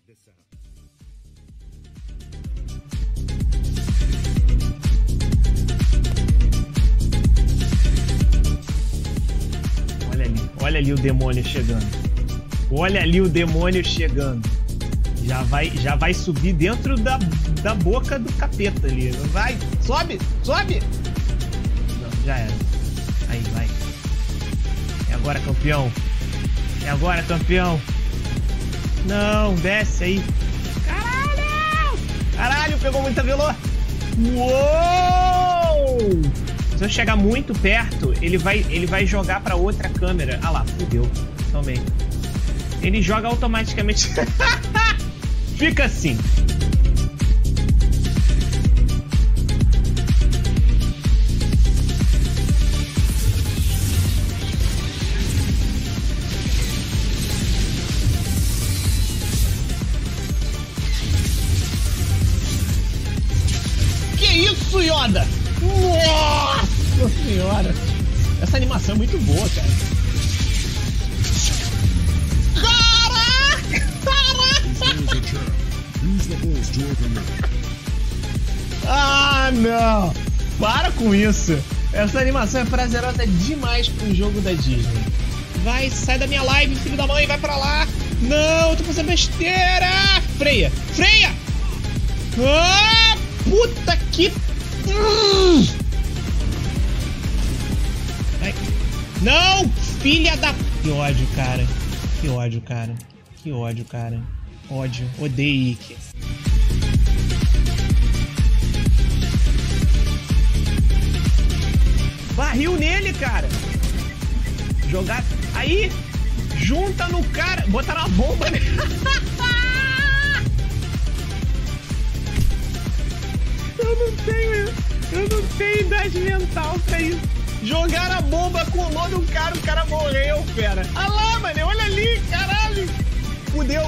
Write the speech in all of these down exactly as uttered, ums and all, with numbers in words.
Olha ali, olha ali o demônio chegando. Olha ali o demônio chegando. Já vai, já vai subir dentro da, da boca do capeta ali. Vai, sobe, sobe. Não, já era. Aí, vai. É agora, campeão. É agora, campeão. Não, desce aí. Caralho! Caralho, pegou muita velô. Uou! Se eu chegar muito perto, ele vai, ele vai jogar pra outra câmera. Ah lá, fudeu. Também. Ele joga automaticamente. Fica assim. Que isso, Yoda? Nossa senhora! Essa animação é muito boa, cara. Ah, não! Para com isso! Essa animação é prazerosa demais para um jogo da Disney. Vai, sai da minha live, filho da mãe, vai pra lá! Não, eu tô fazendo besteira! Freia! Freia! Ah, puta que... Ai. Não! Filha da... Que ódio, cara. Que ódio, cara. Que ódio, cara. Ódio. Odeio Ikki. Barril nele, cara. Jogar... Aí. Junta no cara. Botaram uma bomba nele. Eu não tenho... Eu não tenho idade mental pra isso. Jogaram a bomba, colou no cara, o cara morreu, fera. Ah lá, mano. Olha ali, caralho. Fudeu.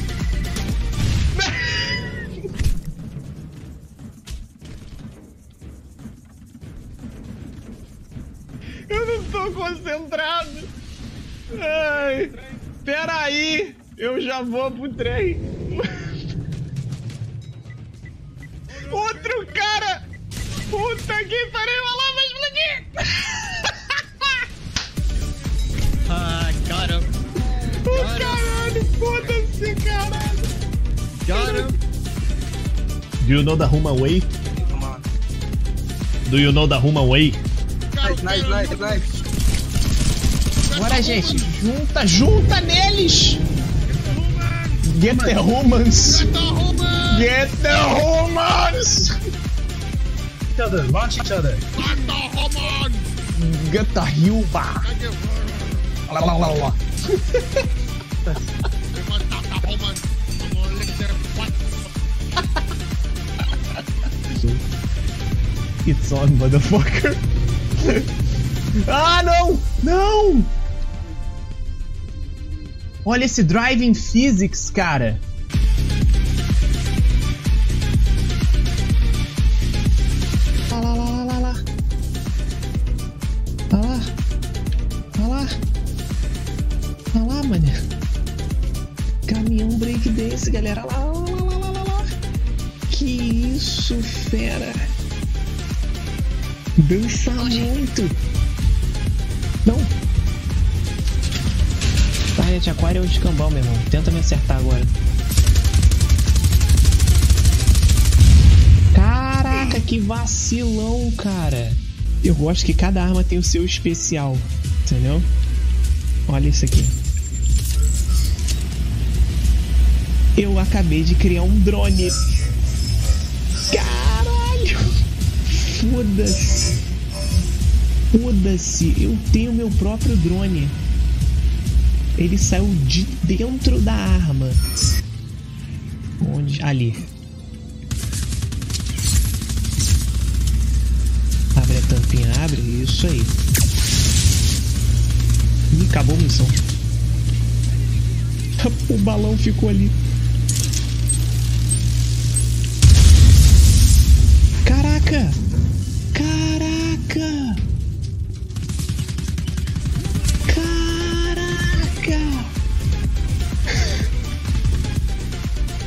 Eu não tô concentrado. Ai, pera aí, eu já vou pro trem. Outro cara. Puta que pariu, olha lá, vai explodir. Ah, got him. Oh, caralho, foda-se, caralho. Got him. Do you know the Huma way? Come on. Do you know the Huma way? Nice, nice, nice, nice. Bora, gente, junta, junta neles! Get the humans! Get the humans! Each other, launch each other. Get the human! Lá, lá, lá, lá. It's on, motherfucker! Ah, não! Não! Olha esse Driving Physics, cara! Lá, lá, lá, lá, lá. Lá, lá. Lá, lá. Lá, lá, mané. Caminhão breakdance, galera. Lá, lá, lá, lá, lá, lá, lá. Que isso, fera! Dança muito! Não! Target Aquário é o escambau, meu irmão. Tenta me acertar agora. Caraca, que vacilão, cara! Eu gosto que cada arma tem o seu especial, entendeu? Olha isso aqui. Eu acabei de criar um drone. Caralho! Foda-se! Foda-se! Eu tenho meu próprio drone. Ele saiu de dentro da arma. Onde? Ali. Abre a tampinha, abre. Isso aí. Ih, acabou a missão. O balão ficou ali. Caraca! Caraca! Caraca!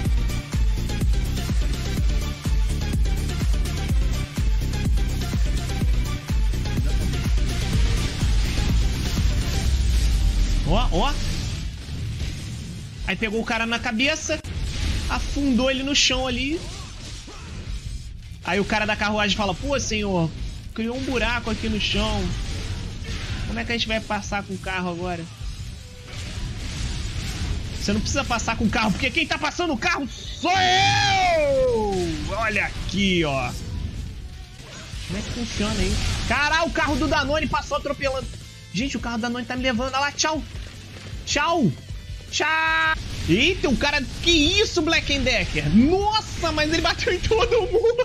ó. Aí pegou o cara na cabeça, afundou ele no chão ali. Aí o cara da carruagem fala, pô, senhor, criou um buraco aqui no chão. Como é que a gente vai passar com o carro agora? Você não precisa passar com o carro, porque quem tá passando o carro sou eu! Olha aqui, ó. Como é que funciona aí? Caralho, o carro do Danone passou atropelando. Gente, o carro do Danone tá me levando. Olha lá, tchau. Tchau. Tchau. Eita, o cara... Que isso, Black and Decker? Nossa, mas ele bateu em todo mundo.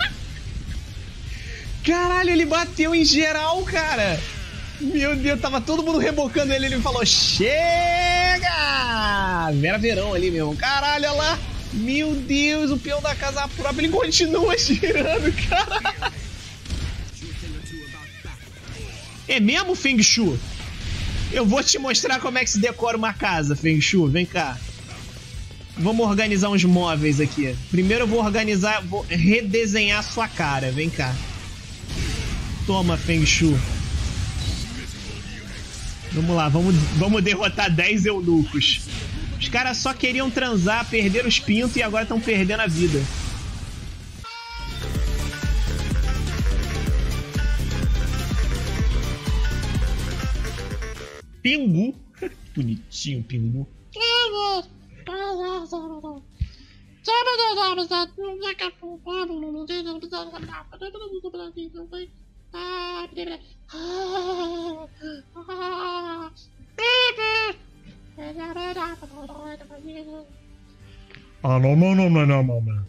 Caralho, ele bateu em geral, cara. Meu Deus, tava todo mundo rebocando ele. Ele falou, chega! Vera Verão ali mesmo. Caralho, olha lá. Meu Deus, o peão da casa própria, ele continua girando, caralho. É mesmo, Feng Shui? Eu vou te mostrar como é que se decora uma casa, Feng Shui. Vem cá. Vamos organizar uns móveis aqui. Primeiro eu vou organizar, vou redesenhar a sua cara. Vem cá. Toma, Feng Shui. Vamos lá, vamos, vamos derrotar dez eunucos. Os caras só queriam transar, perderam os pintos e agora estão perdendo a vida. Pingu. Bonitinho, Pingu. Ah, não, não, não, não, não, não, não.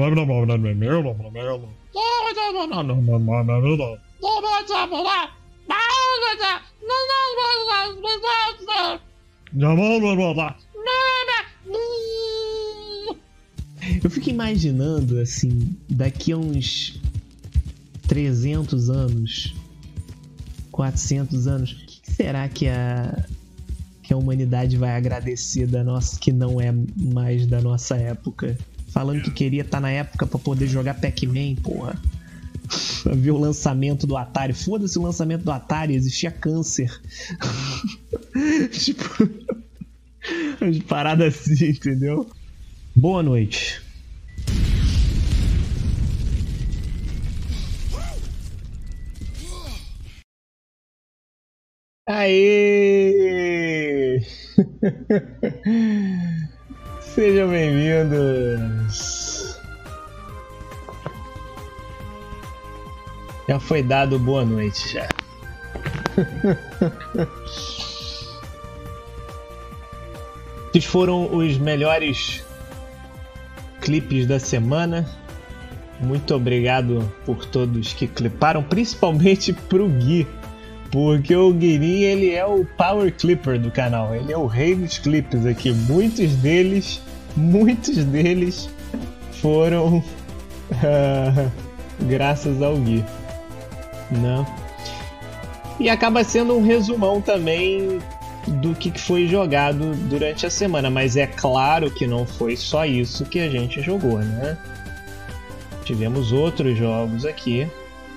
Eu fico imaginando, assim, daqui a uns trezentos anos, quatrocentos anos, o que será que a, que a humanidade vai agradecer da nossa, que não é mais da nossa época? Falando que queria estar na época pra poder jogar Pac-Man, porra. Ver o lançamento do Atari. Foda-se o lançamento do Atari, existia câncer. Tipo, umas paradas assim, entendeu? Boa noite. Aê! Sejam bem-vindos. Já foi dado boa noite, já. Esses foram os melhores clipes da semana. Muito obrigado por todos que cliparam, principalmente pro Gui, porque o Guiri, ele é o power clipper do canal, ele é o rei dos clipes aqui. Muitos deles, muitos deles foram uh, graças ao Gui, não? E acaba sendo um resumão também do que foi jogado durante a semana, mas é claro que não foi só isso que a gente jogou, né? Tivemos outros jogos aqui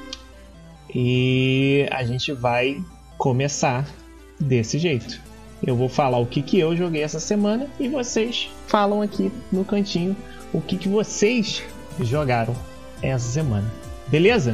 e a gente vai começar desse jeito. Eu vou falar o que, que eu joguei essa semana e vocês falam aqui no cantinho o que, que vocês jogaram essa semana, beleza?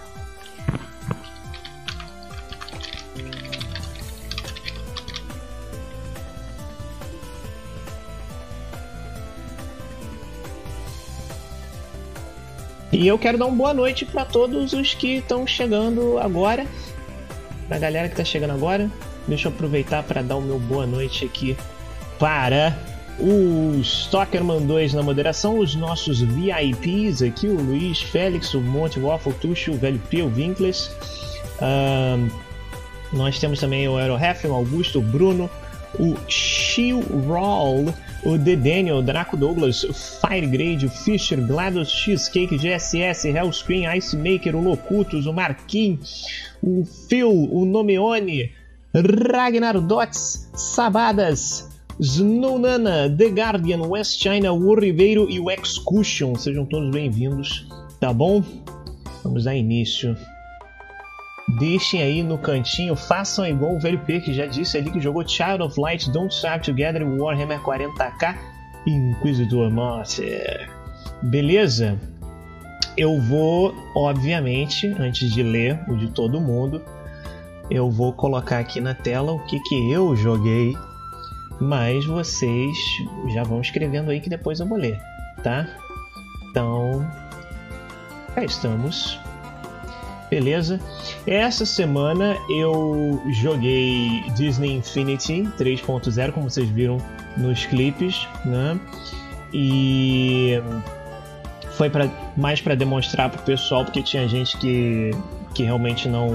E eu quero dar uma boa noite para todos os que estão chegando agora. Pra galera que está chegando agora, deixa eu aproveitar para dar o meu boa noite aqui para o Stockerman dois na moderação, os nossos V I Ps aqui, o Luiz, Félix, o Monte, o Waffle, Tuxo, o Velho P, o Vincles. Um, nós temos também o Aerohef, o Augusto, o Bruno, o Shirol, o The Daniel, o Draco Douglas, o Firegrade, o Fischer, GLaDOS, Cheesecake, G S S, Hellscreen, Ice Maker, o Locutus, o Marquinhos, o Phil, o Nomeone, Ragnar Dots, Sabadas, Snowlana, The Guardian, West China, o Ribeiro e o Excussion. Sejam todos bem-vindos, tá bom? Vamos dar início deixem aí no cantinho, façam igual o velho P que já disse ali que jogou Child of Light, Don't Starve Together, Warhammer quarenta K e Inquisitor Master. Beleza? Eu vou, obviamente, antes de ler o de todo mundo, eu vou colocar aqui na tela o que, que eu joguei, mas vocês já vão escrevendo aí que depois eu vou ler, tá? Então, cá estamos. Beleza? Essa semana eu joguei Disney Infinity três ponto zero, como vocês viram nos clipes, né? E foi pra, mais para demonstrar pro pessoal, porque tinha gente que, que realmente não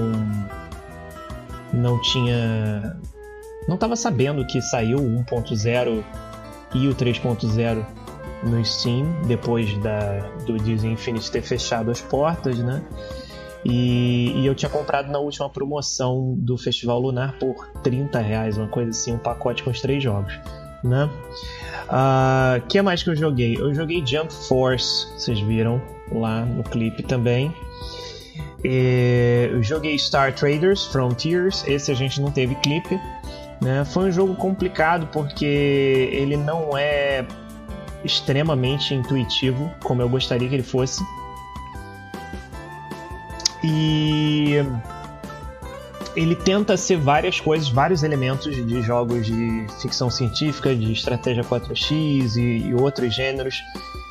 não tinha não estava sabendo que saiu o um ponto zero e o três ponto zero no Steam depois da, do Disney Infinity ter fechado as portas, né? E, e eu tinha comprado na última promoção do Festival Lunar por trinta reais, uma coisa assim, um pacote com os três jogos, né? O uh, que mais que eu joguei? Eu joguei Jump Force, vocês viram lá no clipe também. E eu joguei Star Traders Frontiers, esse a gente não teve clipe, né? Foi um jogo complicado porque ele não é extremamente intuitivo como eu gostaria que ele fosse. E ele tenta ser várias coisas, vários elementos de jogos de ficção científica, de estratégia quatro x e, e outros gêneros,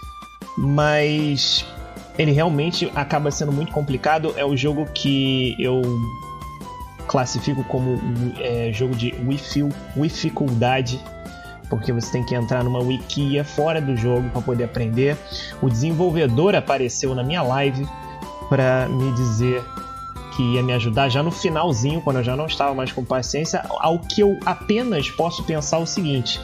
mas ele realmente acaba sendo muito complicado. É o jogo que eu classifico como é, jogo de dificuldade, porque você tem que entrar numa wikia fora do jogo para poder aprender. O desenvolvedor apareceu na minha live para me dizer que ia me ajudar já no finalzinho, quando eu já não estava mais com paciência, ao que eu apenas posso pensar o seguinte.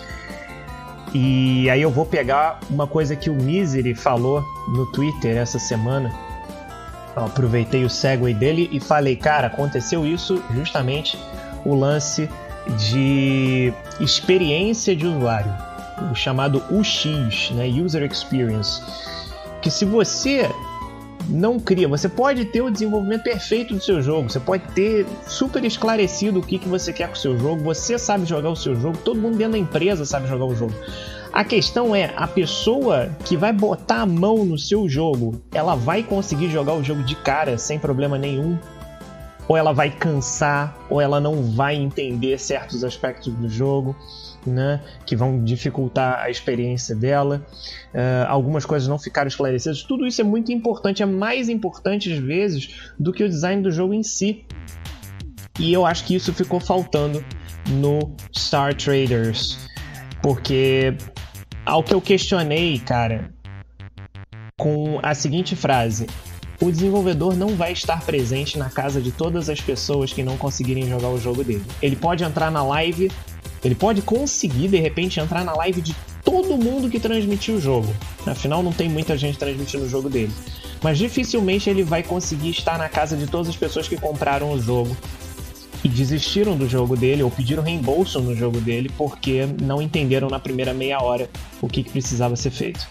E aí eu vou pegar uma coisa que o Misery falou no Twitter essa semana. Eu aproveitei o segue dele e falei, cara, aconteceu isso justamente o lance de experiência de usuário, o chamado U X, né, User Experience, que se você não cria, você pode ter o desenvolvimento perfeito do seu jogo, você pode ter super esclarecido o que, que você quer com o seu jogo, você sabe jogar o seu jogo, todo mundo dentro da empresa sabe jogar o jogo. A questão é, a pessoa que vai botar a mão no seu jogo, ela vai conseguir jogar o jogo de cara sem problema nenhum? Ou ela vai cansar, ou ela não vai entender certos aspectos do jogo, né, que vão dificultar a experiência dela. Uh, algumas coisas não ficaram esclarecidas. Tudo isso é muito importante, é mais importante às vezes do que o design do jogo em si. E eu acho que isso ficou faltando no Star Traders, porque ao que eu questionei, cara, com a seguinte frase: o desenvolvedor não vai estar presente na casa de todas as pessoas que não conseguirem jogar o jogo dele. Ele pode entrar na live, ele pode conseguir de repente entrar na live de todo mundo que transmitiu o jogo. Afinal, não tem muita gente transmitindo o jogo dele. Mas dificilmente ele vai conseguir estar na casa de todas as pessoas que compraram o jogo e desistiram do jogo dele ou pediram reembolso no jogo dele porque não entenderam na primeira meia hora o que, que precisava ser feito.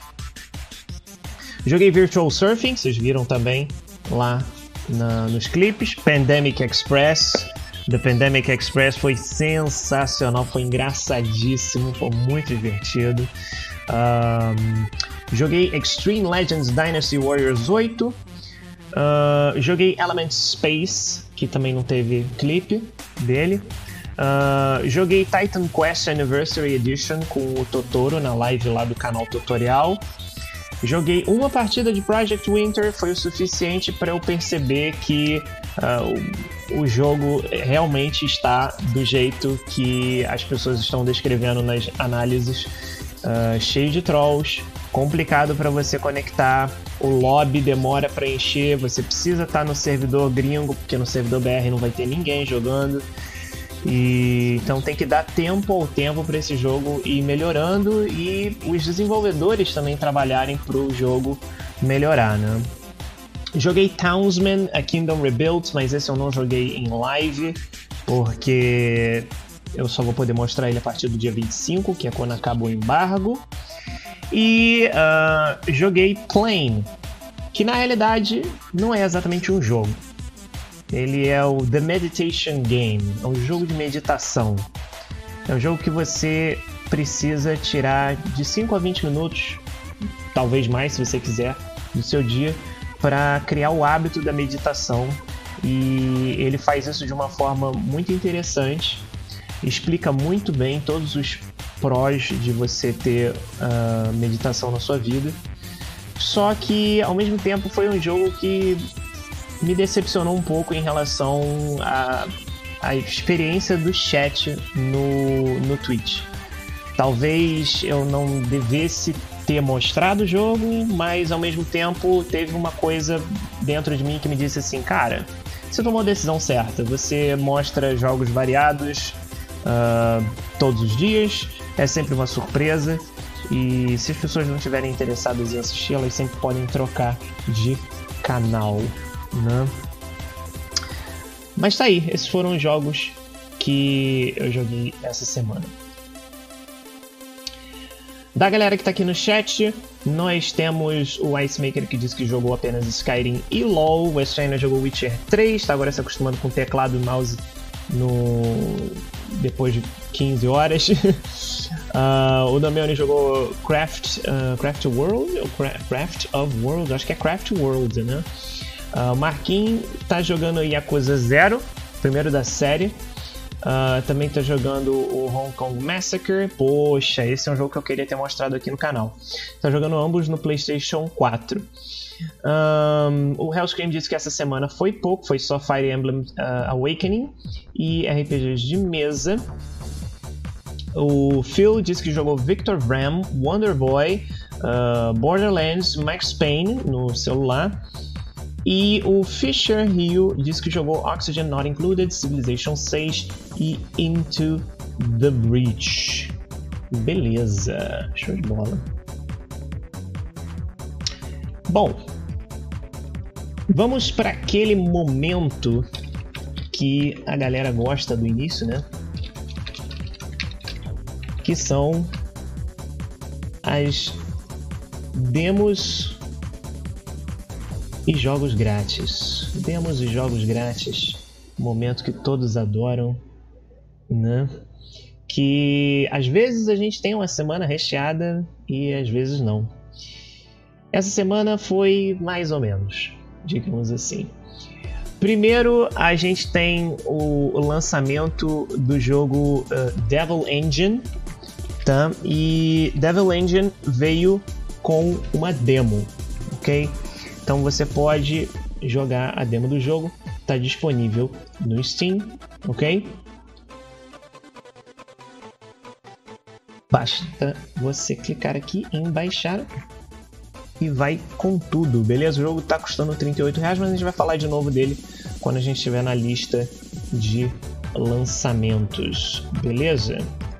Joguei Virtual Surfing, vocês viram também lá na, nos clipes. Pandemic Express. The Pandemic Express foi sensacional, foi engraçadíssimo, foi muito divertido. Um, joguei Extreme Legends Dynasty Warriors oito. Uh, joguei Element Space, que também não teve clipe dele. Uh, joguei Titan Quest Anniversary Edition com o Totoro na live lá do canal Tutorial. Joguei uma partida de Project Winter, foi o suficiente para eu perceber que uh, o, o jogo realmente está do jeito que as pessoas estão descrevendo nas análises, uh, cheio de trolls, complicado para você conectar, o lobby demora para encher, você precisa estar no servidor gringo, porque no servidor B R não vai ter ninguém jogando. E então tem que dar tempo ao tempo para esse jogo ir melhorando e os desenvolvedores também trabalharem para o jogo melhorar, né? Joguei Townsmen, A Kingdom Rebuilt, mas esse eu não joguei em live porque eu só vou poder mostrar ele a partir do dia vinte e cinco, que é quando acaba o embargo. E uh, joguei Plane, que na realidade não é exatamente um jogo. Ele é o The Meditation Game, é um jogo de meditação. É um jogo que você precisa tirar de cinco a vinte minutos, talvez mais se você quiser, do seu dia, para criar o hábito da meditação. E ele faz isso de uma forma muito interessante, explica muito bem todos os prós de você ter uh, meditação na sua vida. Só que, ao mesmo tempo, foi um jogo que me decepcionou um pouco em relação à, à experiência do chat no, no Twitch. Talvez eu não devesse ter mostrado o jogo, mas ao mesmo tempo teve uma coisa dentro de mim que me disse assim, cara, você tomou a decisão certa, você mostra jogos variados uh, todos os dias, é sempre uma surpresa, e se as pessoas não estiverem interessadas em assistir, elas sempre podem trocar de canal, né? Mas tá aí, esses foram os jogos que eu joguei essa semana. Da galera que tá aqui no chat, nós temos o Icemaker que diz que jogou apenas Skyrim e LoL. O West China jogou Witcher três, tá agora se acostumando com teclado e mouse no... depois de quinze horas. uh, o Damiani jogou Craft, uh, Craft World, ou Craft of World, acho que é Craft World, né? O uh, Marquinhos tá jogando Yakuza Zero, primeiro da série. Uh, também tá jogando o Hong Kong Massacre. Poxa, esse é um jogo que eu queria ter mostrado aqui no canal. Tá jogando ambos no PlayStation quatro. Um, o Hellscream disse que essa semana foi pouco, foi só Fire Emblem uh, Awakening e R P Gs de mesa. O Phil disse que jogou Victor Vram, Wonder Boy, uh, Borderlands, Max Payne no celular. E o Fisher Rio disse que jogou Oxygen Not Included, Civilization seis e Into the Breach. Beleza, show de bola. Bom, vamos para aquele momento que a galera gosta do início, né? Que são as demos e jogos grátis. Demos e jogos grátis, momento que todos adoram, né? Que às vezes a gente tem uma semana recheada e às vezes não. Essa semana foi mais ou menos, digamos assim. Primeiro a gente tem o lançamento do jogo uh, Devil Engine, tá? E Devil Engine veio com uma demo, ok? Então você pode jogar a demo do jogo, está disponível no Steam, ok? Basta você clicar aqui em baixar e vai com tudo, beleza? O jogo está custando trinta e oito reais, mas a gente vai falar de novo dele quando a gente estiver na lista de lançamentos, beleza?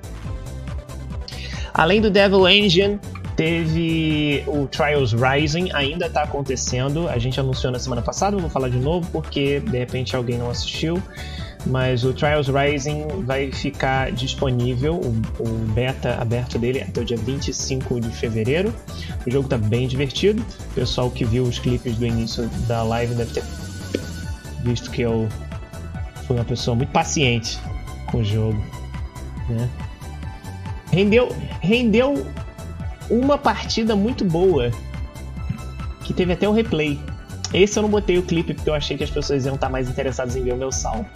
Além do Devil Engine, teve o Trials Rising, ainda está acontecendo, a gente anunciou na semana passada, eu vou falar de novo porque de repente alguém não assistiu, mas o Trials Rising vai ficar disponível, o, o beta aberto dele até o dia vinte e cinco de fevereiro. O jogo está bem divertido, o pessoal que viu os clipes do início da live deve ter visto que eu fui uma pessoa muito paciente com o jogo, né? Rendeu, rendeu uma partida muito boa, que teve até o replay. Esse eu não botei o clipe porque eu achei que as pessoas iam estar mais interessadas em ver o meu sal.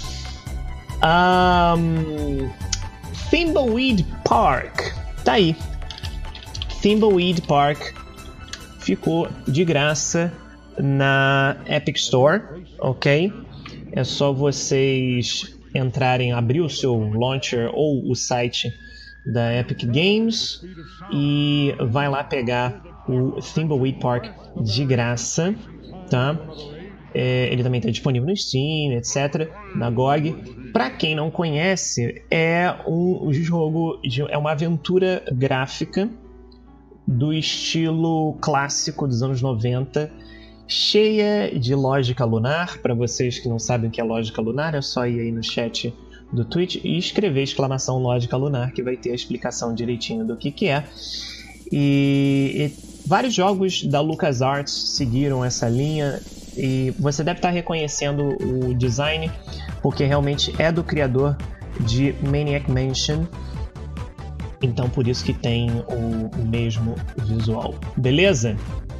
Um, Thimbleweed Park, tá aí. Thimbleweed Park ficou de graça na Epic Store, ok? É só vocês entrarem, abrir o seu launcher ou o site da Epic Games e vai lá pegar o Thimbleweed Park de graça, tá? É, ele também está disponível no Steam, etc, na G O G. Para quem não conhece, é um jogo, de, é uma aventura gráfica do estilo clássico dos anos noventa, cheia de lógica lunar. Para vocês que não sabem o que é lógica lunar, é só ir aí no chat do Twitch e escrever exclamação lógica lunar, que vai ter a explicação direitinho do que que é. E, e vários jogos da LucasArts seguiram essa linha. e você deve estar reconhecendo o design, porque realmente é do criador de Maniac Mansion, então por isso que tem o, o mesmo visual, beleza?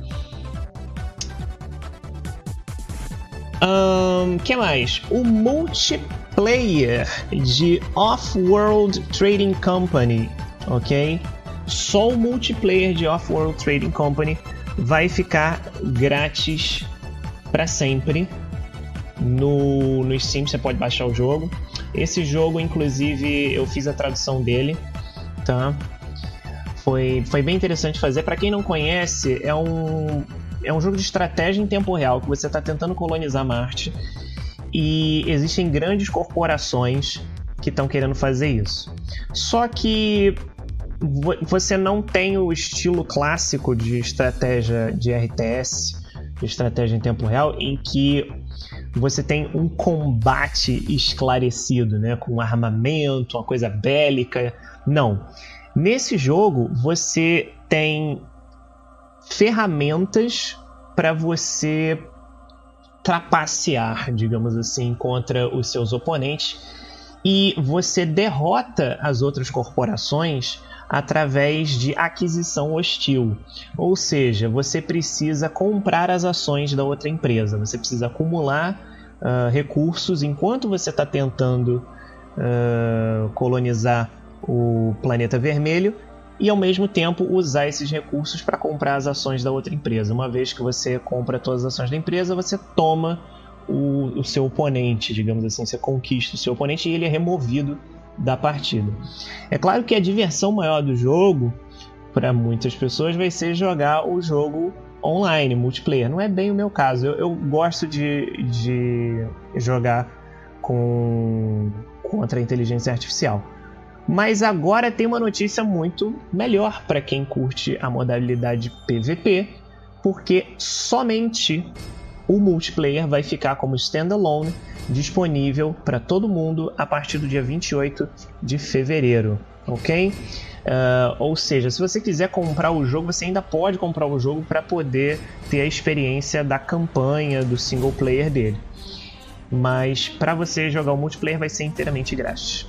Um, que mais? O multiplayer de Off-World Trading Company, ok? Só o multiplayer de Off-World Trading Company vai ficar grátis para sempre no, no Steam. Você pode baixar o jogo. Esse jogo, inclusive, eu fiz a tradução dele, tá? Foi, foi bem interessante fazer. Para quem não conhece, é um, é um jogo de estratégia em tempo real, que você está tentando colonizar Marte, e existem grandes corporações que estão querendo fazer isso. Só que você não tem o estilo clássico de estratégia de R T S, de estratégia em tempo real, em que você tem um combate esclarecido, né, com armamento, uma coisa bélica. Não. Nesse jogo, você tem ferramentas para você trapacear, digamos assim, contra os seus oponentes, e você derrota as outras corporações através de aquisição hostil. Ou seja, você precisa comprar as ações da outra empresa, você precisa acumular uh, recursos enquanto você está tentando uh, colonizar o planeta vermelho, e ao mesmo tempo usar esses recursos para comprar as ações da outra empresa. Uma vez que você compra todas as ações da empresa, você toma o, o seu oponente, digamos assim, você conquista o seu oponente e ele é removido da partida. É claro que a diversão maior do jogo, para muitas pessoas, vai ser jogar o jogo online, multiplayer. Não é bem o meu caso. Eu, eu gosto de, de jogar com, contra a inteligência artificial. Mas agora tem uma notícia muito melhor para quem curte a modalidade P V P, porque somente o multiplayer vai ficar como standalone, disponível para todo mundo a partir do dia vinte e oito de fevereiro, ok? Uh, ou seja, se você quiser comprar o jogo, você ainda pode comprar o jogo para poder ter a experiência da campanha, do single player dele. Mas para você jogar o multiplayer vai ser inteiramente grátis.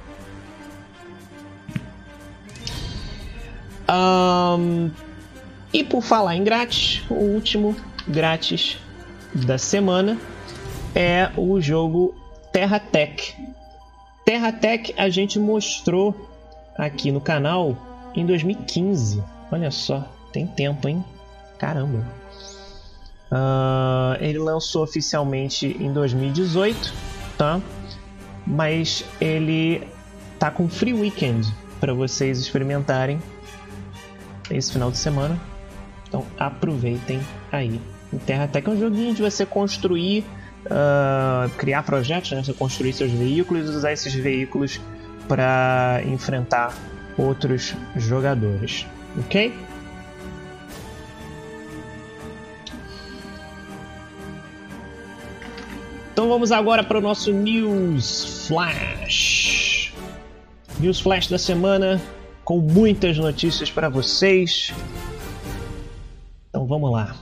Um, e por falar em grátis, o último grátis da semana é o jogo TerraTech. TerraTech a gente mostrou aqui no canal em dois mil e quinze. Olha só, tem tempo, hein? Caramba. Uh, ele lançou oficialmente em dois mil e dezoito, tá? Mas ele tá com Free Weekend para vocês experimentarem esse final de semana. Então aproveitem aí. O TerraTech é um joguinho de você construir, uh, criar projetos, né? Você construir seus veículos e usar esses veículos para enfrentar outros jogadores, ok? Então vamos agora para o nosso News Flash. News Flash da semana, com muitas notícias para vocês. Então vamos lá.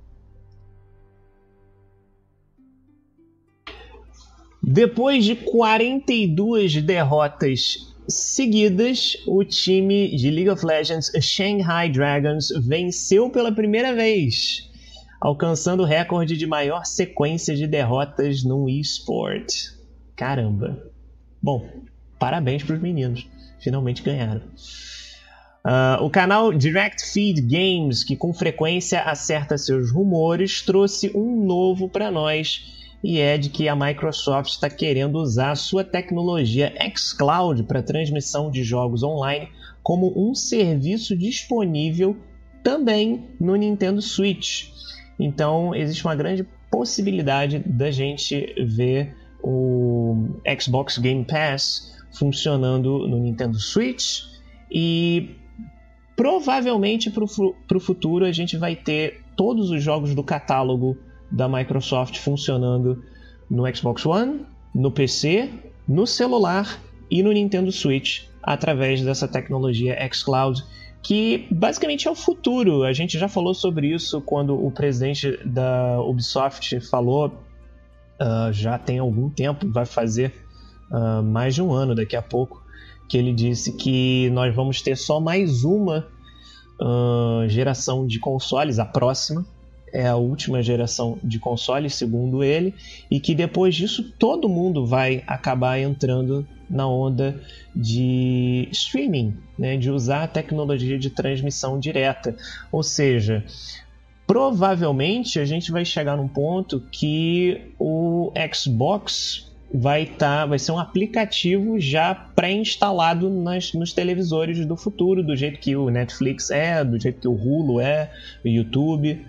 Depois de quarenta e duas derrotas seguidas, o time de League of Legends Shanghai Dragons venceu pela primeira vez, alcançando o recorde de maior sequência de derrotas num eSport. Caramba! Bom, parabéns para os meninos. Finalmente ganharam. Uh, o canal Direct Feed Games, que com frequência acerta seus rumores, trouxe um novo para nós, e é de que a Microsoft está querendo usar a sua tecnologia xCloud para transmissão de jogos online como um serviço disponível também no Nintendo Switch. Então existe uma grande possibilidade da gente ver o Xbox Game Pass funcionando no Nintendo Switch, e provavelmente para o futuro a gente vai ter todos os jogos do catálogo da Microsoft funcionando no Xbox One, no P C, no celular e no Nintendo Switch através dessa tecnologia xCloud, que basicamente é o futuro. A gente já falou sobre isso quando o presidente da Ubisoft falou, uh, já tem algum tempo, vai fazer uh, mais de um ano daqui a pouco, que ele disse que nós vamos ter só mais uma uh, geração de consoles, a próxima é a última geração de consoles, segundo ele, e que depois disso todo mundo vai acabar entrando na onda de streaming, né, de usar a tecnologia de transmissão direta. Ou seja, provavelmente a gente vai chegar num ponto que o Xbox vai, tá, vai ser um aplicativo já pré-instalado nas, nos televisores do futuro, do jeito que o Netflix é, do jeito que o Hulu é, o YouTube.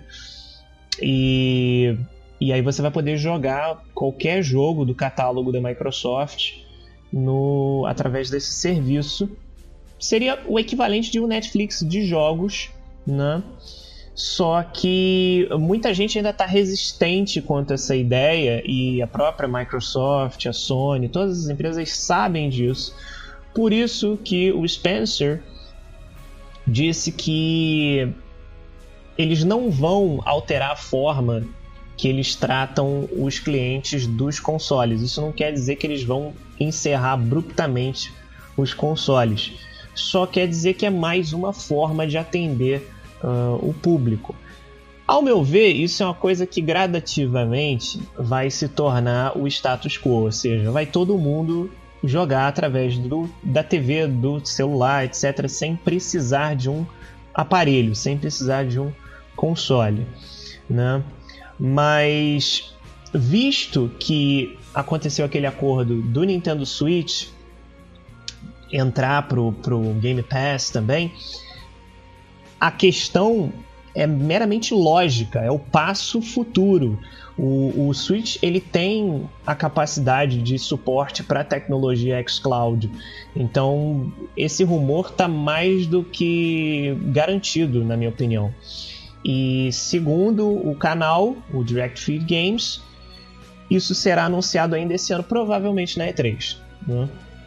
E, e aí você vai poder jogar qualquer jogo do catálogo da Microsoft no, através desse serviço. Seria o equivalente de um Netflix de jogos, né? Só que muita gente ainda está resistente quanto a essa ideia, e a própria Microsoft, a Sony, todas as empresas sabem disso. Por isso que o Spencer disse que eles não vão alterar a forma que eles tratam os clientes dos consoles. Isso não quer dizer que eles vão encerrar abruptamente os consoles. Só quer dizer que é mais uma forma de atender uh, o público. Ao meu ver, isso é uma coisa que gradativamente vai se tornar o status quo. Ou seja, vai todo mundo jogar através do, da T V, do celular, etcétera, sem precisar de um aparelho, sem precisar de um console, né? Mas visto que aconteceu aquele acordo do Nintendo Switch entrar pro, pro Game Pass também, a questão é meramente lógica, é o passo futuro. O, o Switch ele tem a capacidade de suporte para a tecnologia xCloud, então esse rumor está mais do que garantido, na minha opinião. E segundo o canal, o Direct Feed Games, isso será anunciado ainda esse ano, provavelmente na E três, né?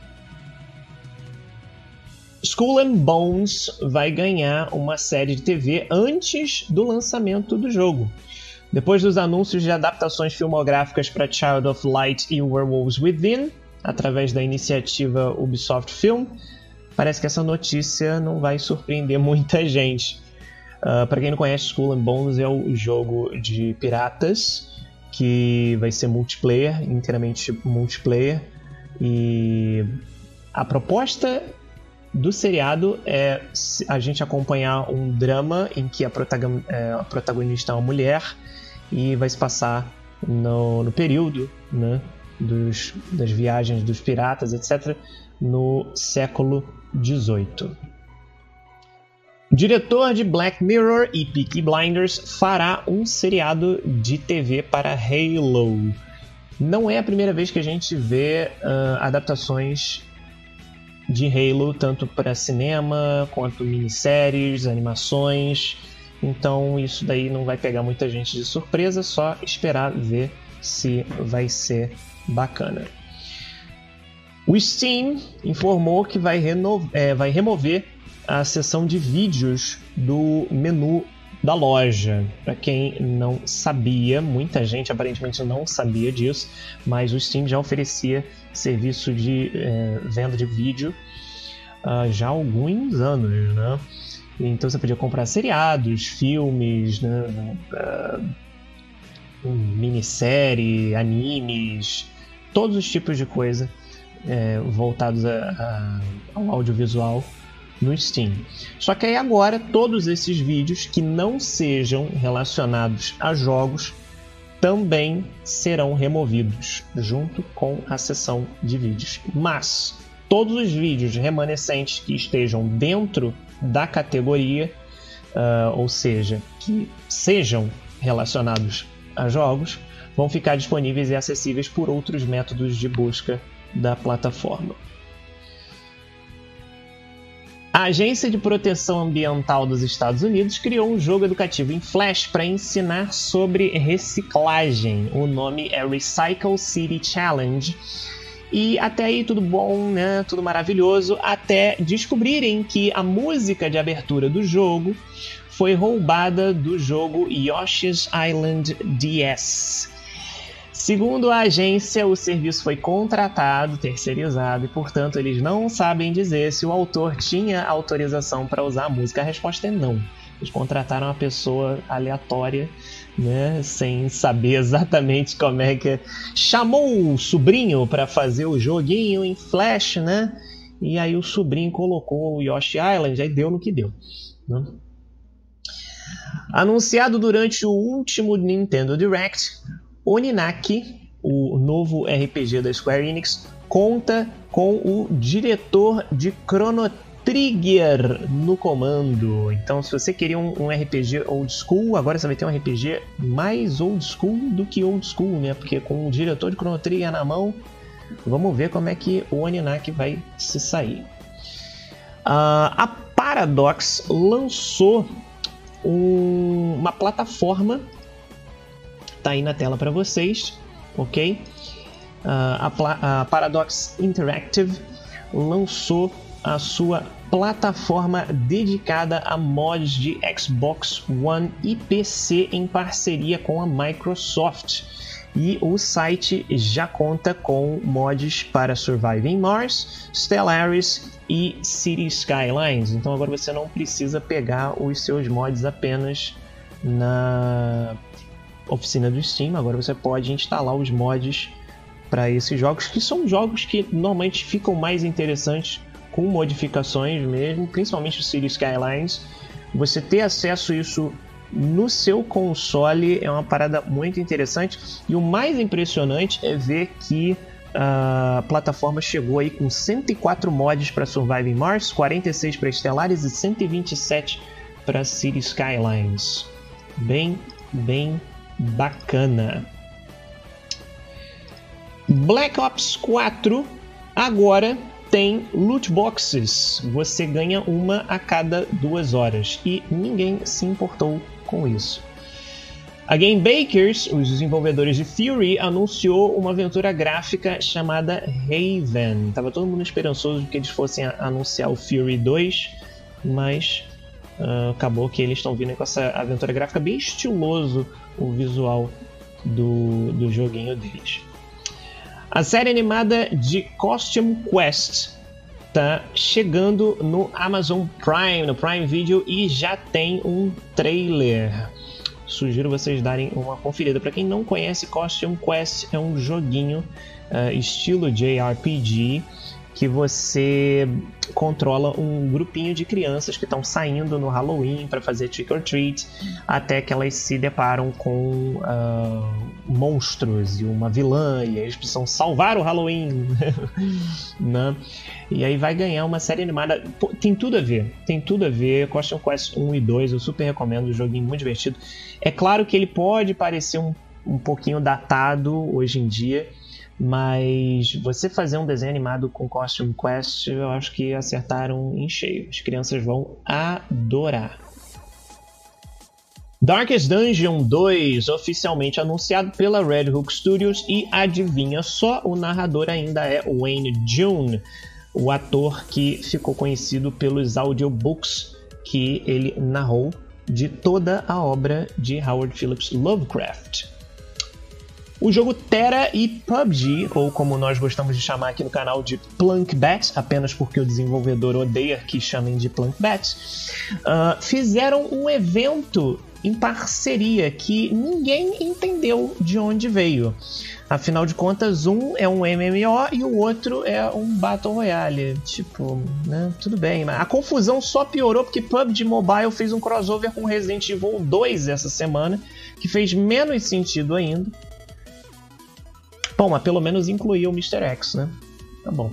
Skull and Bones vai ganhar uma série de T V antes do lançamento do jogo. Depois dos anúncios de adaptações filmográficas para Child of Light e Werewolves Within, através da iniciativa Ubisoft Film, parece que essa notícia não vai surpreender muita gente. Uh, para quem não conhece, Skull and Bones é o jogo de piratas que vai ser multiplayer, inteiramente multiplayer, e a proposta do seriado é a gente acompanhar um drama em que a, protagon- é, a protagonista é uma mulher e vai se passar no, no período, né, dos, das viagens dos piratas, etcétera, no século dezoito. O diretor de Black Mirror e Peaky Blinders fará um seriado de T V para Halo. Não é a primeira vez que a gente vê uh, adaptações de Halo, tanto para cinema, quanto minisséries, animações. Então isso daí não vai pegar muita gente de surpresa, só esperar ver se vai ser bacana. O Steam informou que vai, reno- é, vai remover a seção de vídeos do menu da loja. Para quem não sabia, muita gente aparentemente não sabia disso, mas o Steam já oferecia serviço de é, venda de vídeo uh, já há alguns anos, né? Então você podia comprar seriados, filmes, né? uh, minissérie, animes, todos os tipos de coisa é, voltados a, a, ao audiovisual no Steam. Só que aí agora todos esses vídeos que não sejam relacionados a jogos também serão removidos junto com a seção de vídeos. Mas todos os vídeos remanescentes que estejam dentro da categoria, uh, ou seja, que sejam relacionados a jogos, vão ficar disponíveis e acessíveis por outros métodos de busca da plataforma. A Agência de Proteção Ambiental dos Estados Unidos criou um jogo educativo em Flash para ensinar sobre reciclagem. O nome é Recycle City Challenge E até aí tudo bom, né? Tudo maravilhoso, até descobrirem que a música de abertura do jogo foi roubada do jogo Yoshi's Island D S. Segundo a agência, o serviço foi contratado, terceirizado, e portanto eles não sabem dizer se o autor tinha autorização para usar a música. A resposta é não. Eles contrataram uma pessoa aleatória, né, sem saber exatamente como é que... Chamou o sobrinho para fazer o joguinho em Flash, né? E aí o sobrinho colocou o Yoshi Island, aí deu no que deu, né? Anunciado durante o último Nintendo Direct, Oninaki, o novo R P G da Square Enix, conta com o diretor de Chrono Trigger no comando. Então, se você queria um, um R P G old school, agora você vai ter um R P G mais old school do que old school, né? Porque com o diretor de Chrono Trigger na mão, vamos ver como é que o Oninaki vai se sair. Uh, a Paradox lançou um, uma plataforma, tá aí na tela para vocês, ok? Uh, a, a Paradox Interactive lançou a sua plataforma dedicada a mods de Xbox One e P C em parceria com a Microsoft. E o site já conta com mods para Surviving Mars, Stellaris e City Skylines. Então agora você não precisa pegar os seus mods apenas na oficina do Steam. Agora você pode instalar os mods para esses jogos, que são jogos que normalmente ficam mais interessantes com modificações mesmo, principalmente o City Skylines. Você ter acesso a isso no seu console é uma parada muito interessante, e o mais impressionante é ver que a plataforma chegou aí com cento e quatro mods para Surviving Mars, quarenta e seis para Stellaris e cento e vinte e sete para City Skylines. Bem, bem bacana. Black Ops quatro agora tem loot boxes. Você ganha uma a cada duas horas e ninguém se importou com isso. A Game Bakers, os desenvolvedores de Fury, anunciou uma aventura gráfica chamada Haven. Tava todo mundo esperançoso de que eles fossem anunciar o Fury dois, mas uh, acabou que eles estão vindo com essa aventura gráfica, bem estiloso o visual do, do joguinho deles. A série animada de Costume Quest tá chegando no Amazon Prime, no Prime Video, e já tem um trailer. Sugiro vocês darem uma conferida. Para quem não conhece, Costume Quest é um joguinho uh, estilo J R P G que você controla um grupinho de crianças que estão saindo no Halloween para fazer trick or treat, até que elas se deparam com uh, monstros e uma vilã, e aí eles precisam salvar o Halloween. Né? E aí vai ganhar uma série animada. Pô, tem tudo a ver, tem tudo a ver. Costume Quest um e dois, eu super recomendo, um joguinho muito divertido. É claro que ele pode parecer um, um pouquinho datado hoje em dia, mas você fazer um desenho animado com Costume Quest, eu acho que acertaram em cheio. As crianças vão adorar. Darkest Dungeon dois, oficialmente anunciado pela Red Hook Studios, e adivinha só, o narrador ainda é Wayne June, o ator que ficou conhecido pelos audiobooks que ele narrou de toda a obra de Howard Phillips Lovecraft. O jogo Terra e P U B G, ou como nós gostamos de chamar aqui no canal de Plunkbat, apenas porque o desenvolvedor odeia que chamem de Plunkbat, uh, fizeram um evento em parceria que ninguém entendeu de onde veio. Afinal de contas, um é um M M O e o outro é um Battle Royale. Tipo, né? Tudo bem, mas a confusão só piorou porque P U B G Mobile fez um crossover com Resident Evil dois essa semana, que fez menos sentido ainda. Bom, mas pelo menos incluía o mister X, né? Tá bom.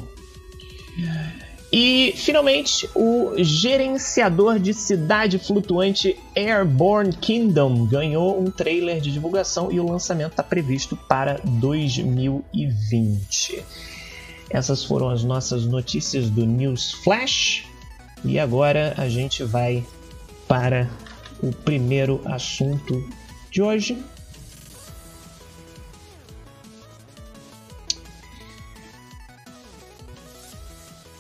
E, finalmente, o gerenciador de cidade flutuante Airborne Kingdom ganhou um trailer de divulgação e o lançamento está previsto para dois mil e vinte. Essas foram as nossas notícias do News Flash. E agora a gente vai para o primeiro assunto de hoje.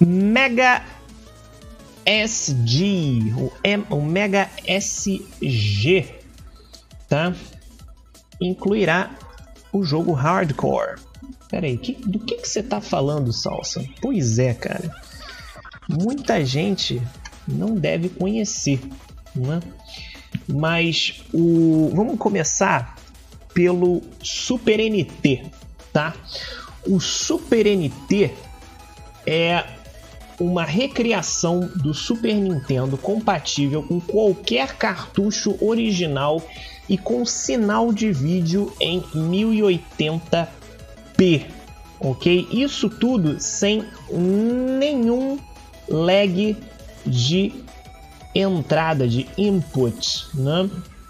Mega S G, o, M, o Mega S G, tá? Incluirá o jogo Hardcore. Pera aí, que, do que que você tá falando, Salsa? Pois é, cara. Muita gente não deve conhecer, né? Mas o... vamos começar pelo Super N T, tá? O Super N T é uma recriação do Super Nintendo compatível com qualquer cartucho original e com sinal de vídeo em mil e oitenta p, ok? Isso tudo sem nenhum lag de entrada, de input, né?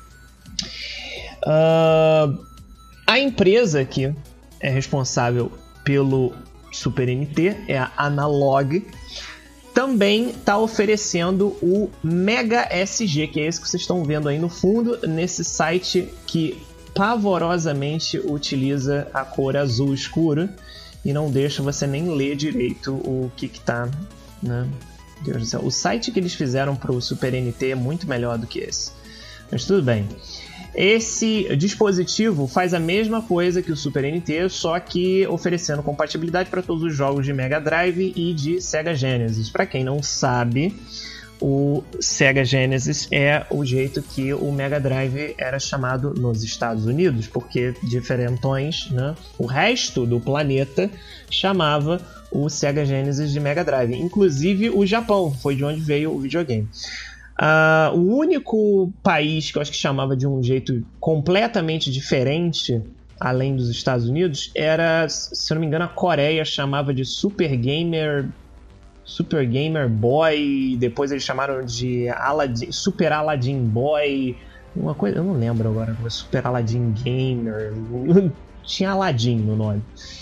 Uh, a empresa que é responsável pelo Super N T é a Analog. Também está oferecendo o Mega S G, que é esse que vocês estão vendo aí no fundo, nesse site que pavorosamente utiliza a cor azul escuro e não deixa você nem ler direito o que que tá, né? Deus do céu. O site que eles fizeram para o Super N T é muito melhor do que esse. Mas tudo bem. Esse dispositivo faz a mesma coisa que o Super N T, só que oferecendo compatibilidade para todos os jogos de Mega Drive e de Sega Genesis. Para quem não sabe, o Sega Genesis é o jeito que o Mega Drive era chamado nos Estados Unidos, porque diferentões, né? O resto do planeta chamava o Sega Genesis de Mega Drive, inclusive o Japão, foi de onde veio o videogame. Uh, o único país que eu acho que chamava de um jeito completamente diferente, além dos Estados Unidos, era, se eu não me engano, a Coreia chamava de Super Gamer, Super Gamer Boy, depois eles chamaram de Aladdin, Super Aladdin Boy, uma coisa, eu não lembro agora, Super Aladdin Gamer, tinha Aladdin no nome.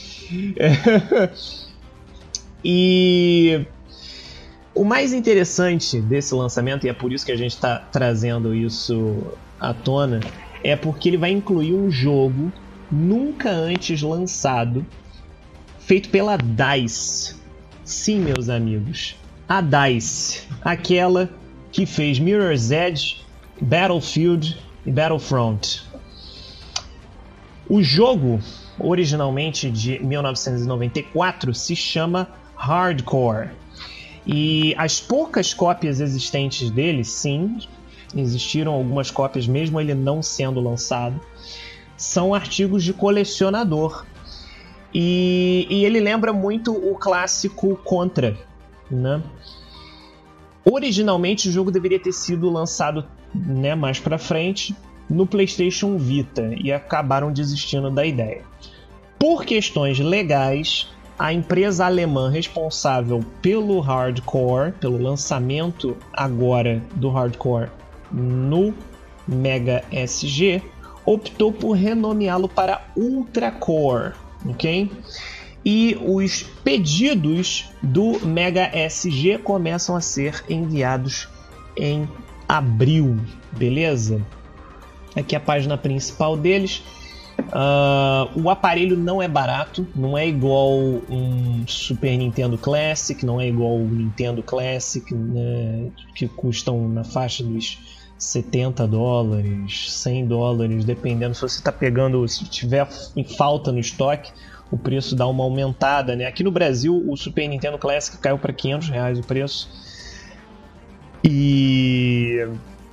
E o mais interessante desse lançamento, e é por isso que a gente está trazendo isso à tona, é porque ele vai incluir um jogo nunca antes lançado, feito pela DICE. Sim, meus amigos, a DICE, aquela que fez Mirror's Edge, Battlefield e Battlefront. O jogo, originalmente de mil novecentos e noventa e quatro, se chama Hardcore. E as poucas cópias existentes dele, sim, existiram algumas cópias mesmo ele não sendo lançado, são artigos de colecionador. E, e ele lembra muito o clássico Contra, né? Originalmente o jogo deveria ter sido lançado, né, mais pra frente no PlayStation Vita e acabaram desistindo da ideia. Por questões legais, a empresa alemã responsável pelo Hardcore, pelo lançamento agora do Hardcore no Mega S G, optou por renomeá-lo para Ultra Core, ok? E os pedidos do Mega S G começam a ser enviados em abril, beleza? Aqui a página principal deles. Uh, o aparelho não é barato, não é igual um Super Nintendo Classic, não é igual o Nintendo Classic, né, que custam na faixa dos setenta dólares, cem dólares, dependendo se você está pegando, se tiver em falta no estoque, o preço dá uma aumentada, né? Aqui no Brasil o Super Nintendo Classic caiu para quinhentos reais o preço. E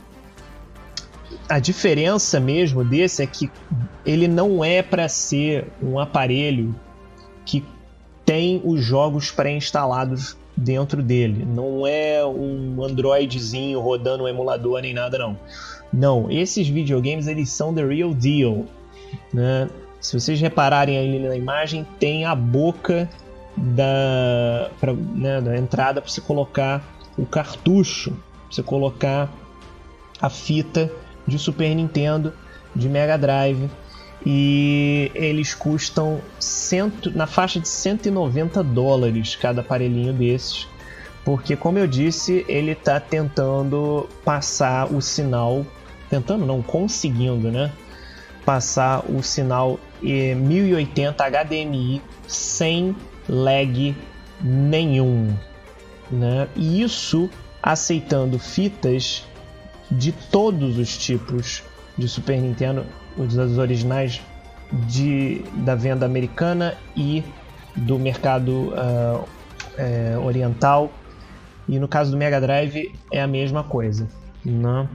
a diferença mesmo desse é que ele não é para ser um aparelho que tem os jogos pré-instalados dentro dele. Não é um Androidzinho rodando um emulador nem nada, não. Não, esses videogames eles são the real deal, né? Se vocês repararem ali na imagem, tem a boca da, pra, né, da entrada para você colocar o cartucho, pra você colocar a fita de Super Nintendo, de Mega Drive, e eles custam cento, na faixa de cento e noventa dólares cada aparelhinho desses, porque, como eu disse, ele está tentando passar o sinal, tentando não, conseguindo, né, passar o sinal mil e oitenta H D M I sem lag nenhum, né? E isso aceitando fitas de todos os tipos de Super Nintendo, os originais de, da venda americana e do mercado uh, é, oriental. E no caso do Mega Drive é a mesma coisa, né?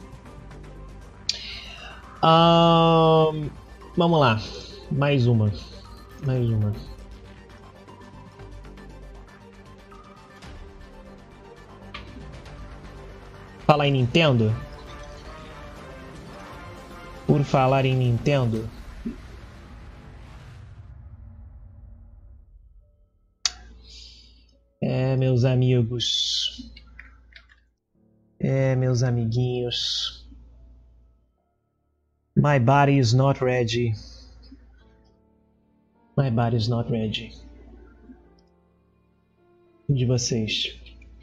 Uh, vamos lá, mais uma, mais uma. Falar em Nintendo? Por falar em Nintendo, é, meus amigos, é, meus amiguinhos, my body is not ready. My body is not ready. De vocês.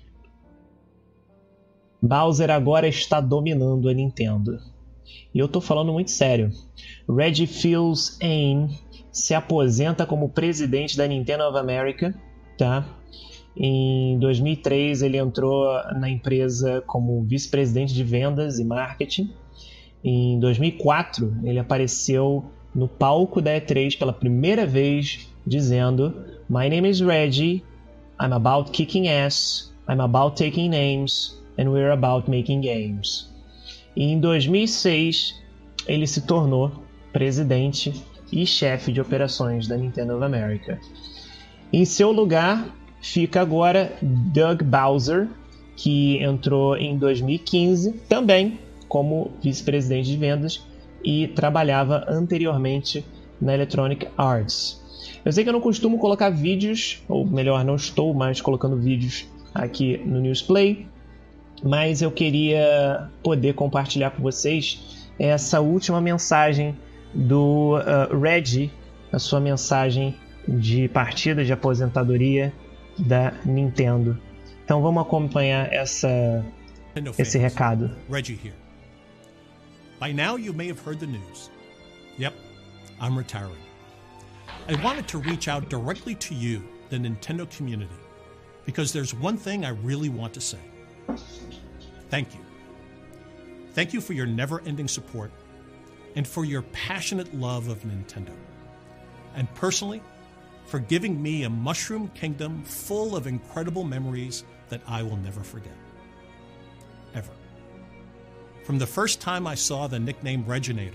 Bowser agora está dominando a Nintendo. E eu tô falando muito sério. Reggie Fils-Aime se aposenta como presidente da Nintendo of America, tá? Em dois mil e três ele entrou na empresa como vice-presidente de vendas e marketing. Em dois mil e quatro ele apareceu no palco da E três pela primeira vez dizendo: "My name is Reggie. I'm about kicking ass. I'm about taking names. And we're about making games." E em dois mil e seis ele se tornou presidente e chefe de operações da Nintendo of America. Em seu lugar fica agora Doug Bowser, que entrou em dois mil e quinze também como vice-presidente de vendas e trabalhava anteriormente na Electronic Arts. Eu sei que eu não costumo colocar vídeos, ou melhor, não estou mais colocando vídeos aqui no Newsplay, mas eu queria poder compartilhar com vocês essa última mensagem do uh, Reggie, a sua mensagem de partida, de aposentadoria da Nintendo. Então vamos acompanhar essa, esse recado. Reggie here. By now you may have heard the news. Yep, I'm retiring. I wanted to reach out directly to you, the Nintendo community, because there's one thing I really want to say. Thank you. Thank you for your never-ending support and for your passionate love of Nintendo. And personally, for giving me a mushroom kingdom full of incredible memories that I will never forget. Ever. From the first time I saw the nickname Reginator,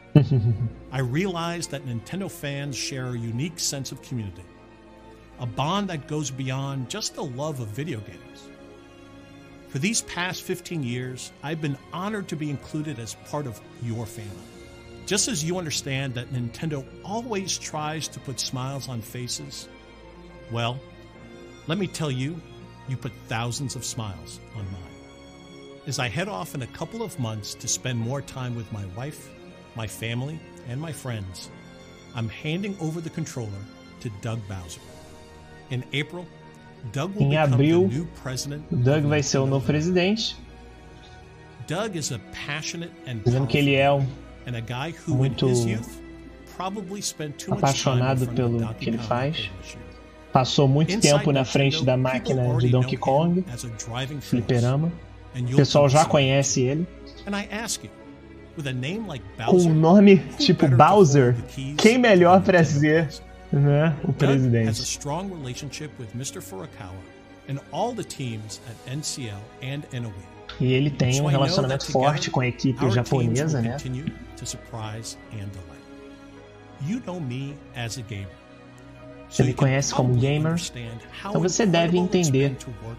I realized that Nintendo fans share a unique sense of community, a bond that goes beyond just the love of video games. For these past fifteen years, I've been honored to be included as part of your family. Just as you understand that Nintendo always tries to put smiles on faces, well, let me tell you, you put thousands of smiles on mine. As I head off in a couple of months to spend more time with my wife, my family, and my friends, I'm handing over the controller to Doug Bowser. In April, Doug will Em become abril, the new president. Doug vai ser o novo presidente, Doug is a passionate and dizendo que ele é um and a guy who muito in his youth probably spent too much time in apaixonado front of pelo Donkey que ele Kong faz. arcade machine. Passou muito Inside tempo na Nintendo, frente da people máquina de already Donkey know Kong, him as a driving force, fliperama. and O you'll pessoal já come to see conhece ele. it. And I ask you, with a name like Com Bowser, um nome who tipo better to hold Bowser, the keys quem to melhor the para Nintendo ser, past? né, o Doug has a presidente? strong relationship with Mister Furukawa and all the teams at N C L and N O E. E ele tem So um I know relacionamento that forte together, com a equipe our japonesa, teams will né? continue to surprise and delight. You know me as a gamer. Você me conhece como gamer, então você deve entender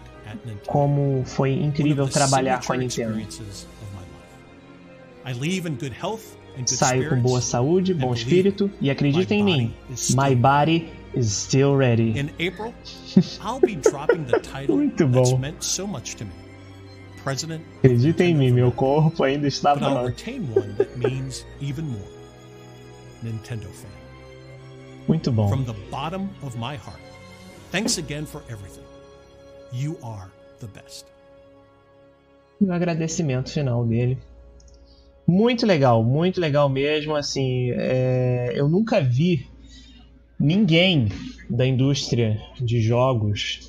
como foi incrível trabalhar com a Nintendo. Saio com boa saúde, bom espírito e acredita em mim, my body is still ready. In April, I'll be dropping the title Muito that's bom. meant so much to me. President of Acredita em Nintendo mim, of meu America. corpo ainda está But I'll pronto. retain one that means even more. Nintendo fan. Muito bom. From the bottom of my heart, thanks again for everything. You are the best. E o agradecimento final dele. Muito legal, muito legal mesmo. Assim, é, eu nunca vi ninguém da indústria de jogos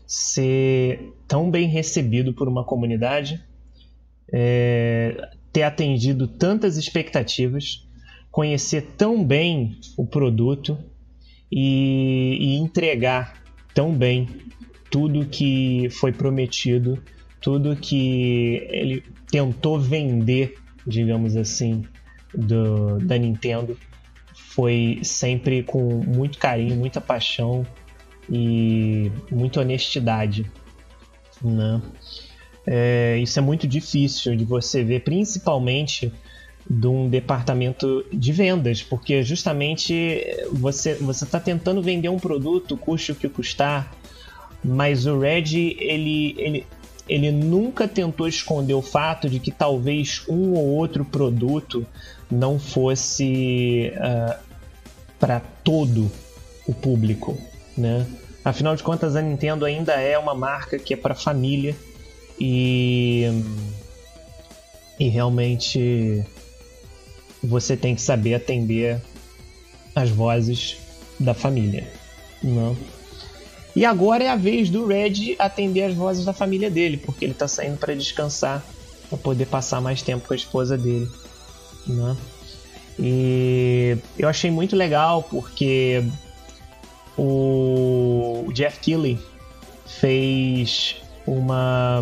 ser tão bem recebido por uma comunidade, é, ter atendido tantas expectativas, conhecer tão bem o produto e, e entregar tão bem tudo que foi prometido, tudo que ele tentou vender, digamos assim, do, da Nintendo. Foi sempre com muito carinho, muita paixão e muita honestidade, né? É, isso é muito difícil de você ver, principalmente de um departamento de vendas, porque justamente você você está tentando vender um produto, custe o que custar, mas o Reggie, ele, ele, ele nunca tentou esconder o fato de que talvez um ou outro produto não fosse uh, para todo o público, né? Afinal de contas, a Nintendo ainda é uma marca que é para família e, e realmente você tem que saber atender as vozes da família, né? E agora é a vez do Red atender as vozes da família dele, porque ele está saindo para descansar, para poder passar mais tempo com a esposa dele, né? E eu achei muito legal porque o Jeff Keighley fez uma...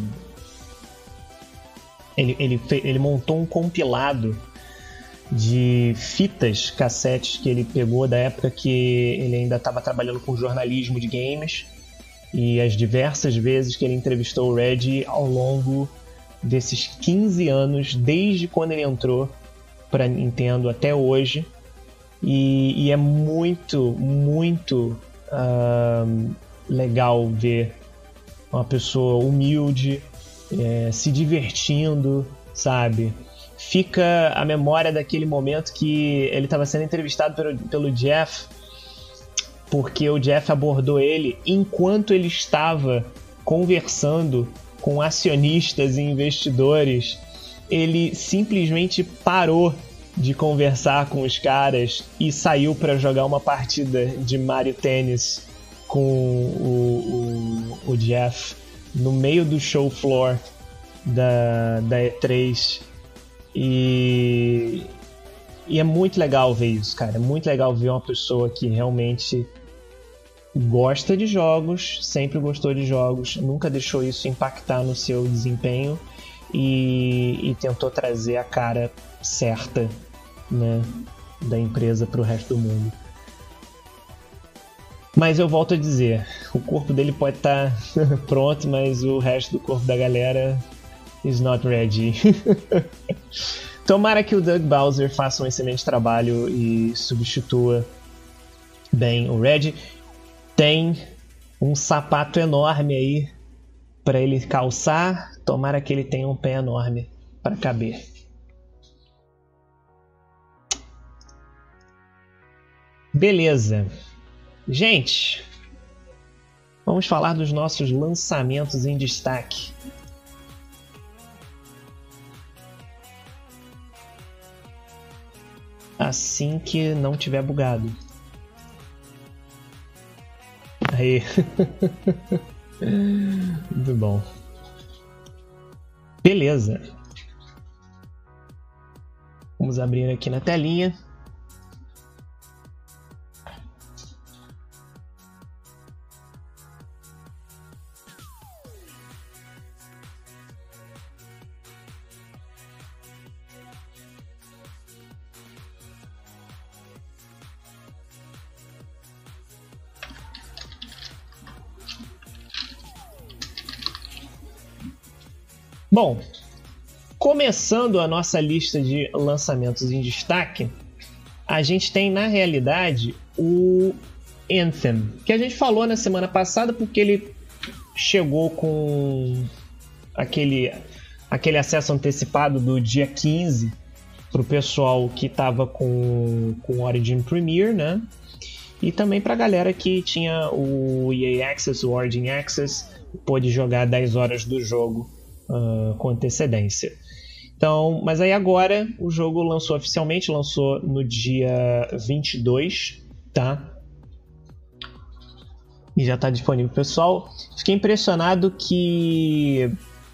Ele, ele, ele montou um compilado de fitas, cassetes que ele pegou da época que ele ainda estava trabalhando com jornalismo de games, e as diversas vezes que ele entrevistou o Reggie ao longo desses quinze anos, desde quando ele entrou para Nintendo até hoje. E, e é muito, muito uh, legal ver uma pessoa humilde, é, se divertindo, sabe? Fica a memória daquele momento que ele estava sendo entrevistado pelo, pelo Jeff, porque o Jeff abordou ele enquanto ele estava conversando com acionistas e investidores. Ele simplesmente parou de conversar com os caras e saiu para jogar uma partida de Mario Tennis com o, o, o Jeff no meio do show floor da, da E três. E, e é muito legal ver isso, cara. É muito legal ver uma pessoa que realmente gosta de jogos, sempre gostou de jogos, nunca deixou isso impactar no seu desempenho e, e tentou trazer a cara certa, né, da empresa para o resto do mundo. Mas eu volto a dizer, o corpo dele pode estar pronto, mas o resto do corpo da galera is not ready. Tomara que o Doug Bowser faça um excelente trabalho e substitua bem o Reggie. Tem um sapato enorme aí para ele calçar. Tomara que ele tenha um pé enorme para caber. Beleza. Gente, vamos falar dos nossos lançamentos em destaque. Assim que não tiver bugado. Aí. Muito bom. Beleza. Vamos abrir aqui na telinha. Bom, começando a nossa lista de lançamentos em destaque, a gente tem na realidade o Anthem, que a gente falou na semana passada porque ele chegou com aquele, aquele acesso antecipado do dia quinze para o pessoal que estava com o Origin Premier, né? E também para a galera que tinha o E A Access, o Origin Access, pôde jogar dez horas do jogo Uh, com antecedência. Então, mas aí agora o jogo lançou oficialmente, lançou no dia vinte e dois, tá? e já está disponível. Pessoal, fiquei impressionado que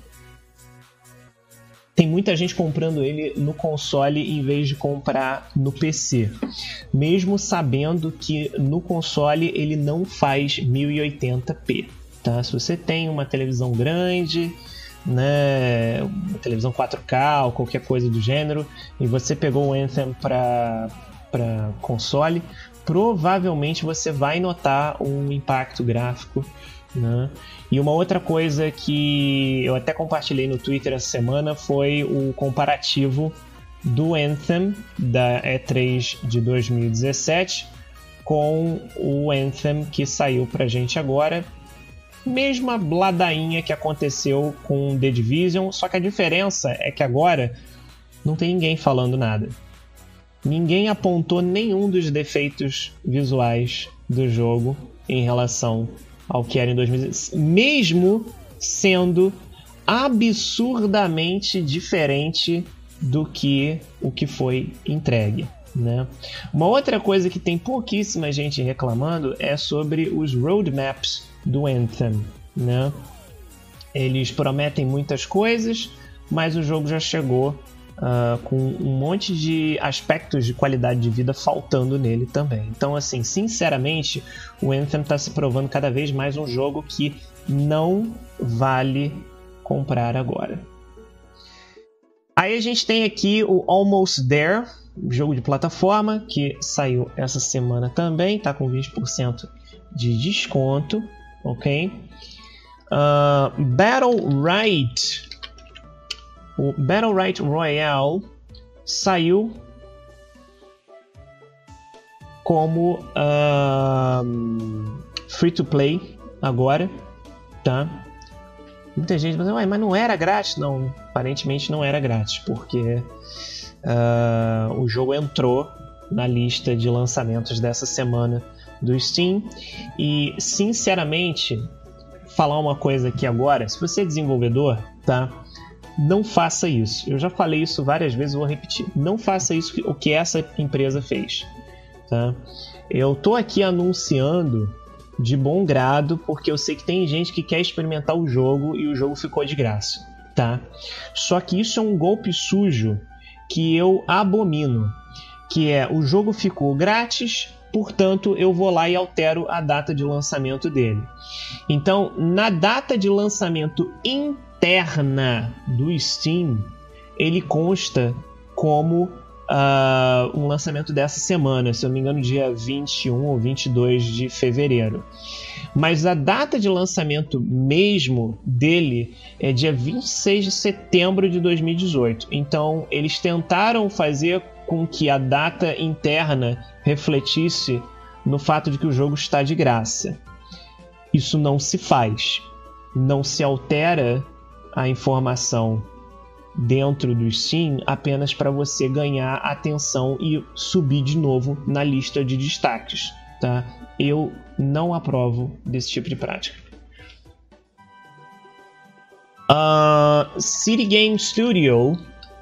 tem muita gente comprando ele no console em vez de comprar no P C, mesmo sabendo que no console ele não faz mil e oitenta p, tá? Se você tem uma televisão grande, né, uma televisão quatro K ou qualquer coisa do gênero, e você pegou o Anthem para para console, provavelmente você vai notar um impacto gráfico, né? E uma outra coisa que eu até compartilhei no Twitter essa semana foi o comparativo do Anthem da E três de dois mil e dezessete com o Anthem que saiu pra gente agora. Mesma ladainha que aconteceu com The Division, só que a diferença é que agora não tem ninguém falando nada. Ninguém apontou nenhum dos defeitos visuais do jogo em relação ao que era em dois mil e dezesseis, mesmo sendo absurdamente diferente do que o que foi entregue, né? Uma outra coisa que tem pouquíssima gente reclamando é sobre os roadmaps do Anthem, né? Eles prometem muitas coisas, mas o jogo já chegou Uh, com um monte de aspectos de qualidade de vida faltando nele também. Então, assim, sinceramente, o Anthem está se provando cada vez mais um jogo que não vale comprar agora. Aí a gente tem aqui o Almost There, jogo de plataforma, que saiu essa semana também, está com vinte por cento de desconto, ok? Uh, Battlerite. O Battlerite Royale saiu como uh, free to play agora, tá? Muita gente vai dizer, mas não era grátis? Não, aparentemente não era grátis, porque uh, o jogo entrou na lista de lançamentos dessa semana do Steam. E, sinceramente, falar uma coisa aqui agora, se você é desenvolvedor, tá? Não faça isso. Eu já falei isso várias vezes, vou repetir. Não faça isso o que essa empresa fez, tá? Eu tô aqui anunciando de bom grado porque eu sei que tem gente que quer experimentar o jogo e o jogo ficou de graça, tá? Só que isso é um golpe sujo que eu abomino, que é o jogo ficou grátis, portanto eu vou lá e altero a data de lançamento dele. Então, na data de lançamento interna do Steam, ele consta como uh, um lançamento dessa semana, se eu não me engano, dia vinte e um ou vinte e dois de fevereiro. Mas a data de lançamento mesmo dele é dia vinte e seis de setembro de dois mil e dezoito. Então, eles tentaram fazer com que a data interna refletisse no fato de que o jogo está de graça. Isso não se faz. Não se altera a informação dentro do Steam apenas para você ganhar atenção e subir de novo na lista de destaques, tá? Eu não aprovo desse tipo de prática. Uh, City Game Studio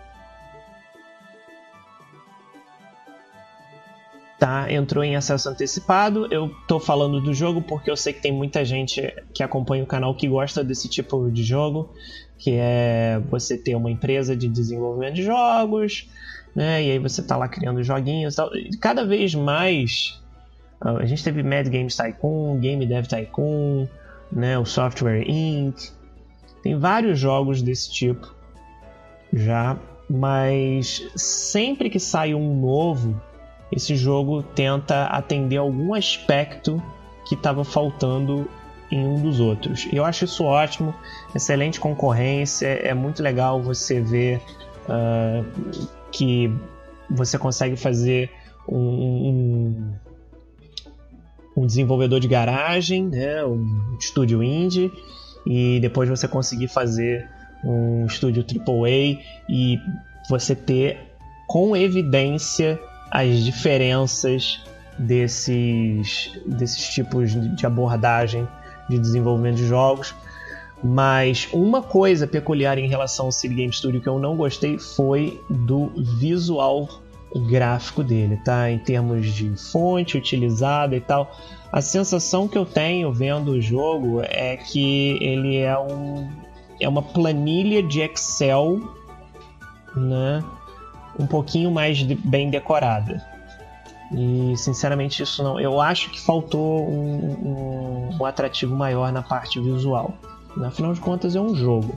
tá, entrou em acesso antecipado. Eu tô falando do jogo porque eu sei que tem muita gente que acompanha o canal que gosta desse tipo de jogo, que é você ter uma empresa de desenvolvimento de jogos, né? E aí você tá lá criando joguinhos e tal. Cada vez mais a gente teve Mad Games Tycoon, Game Dev Tycoon, né? O Software incorporated. Tem vários jogos desse tipo já, mas sempre que sai um novo, esse jogo tenta atender algum aspecto que estava faltando em um dos outros. E eu acho isso ótimo, excelente concorrência, é muito legal você ver uh, que você consegue fazer um, um, um desenvolvedor de garagem, né, um estúdio indie, e depois você conseguir fazer um estúdio triplo A e você ter com evidência as diferenças desses, desses tipos de abordagem de desenvolvimento de jogos. Mas uma coisa peculiar em relação ao City Game Studio que eu não gostei foi do visual gráfico dele, tá? Em termos de fonte utilizada e tal. A sensação que eu tenho vendo o jogo é que ele é, um, é uma planilha de Excel, né? Um pouquinho mais de, bem decorada. E sinceramente isso não... Eu acho que faltou um, um, um atrativo maior na parte visual. Afinal de contas é um jogo.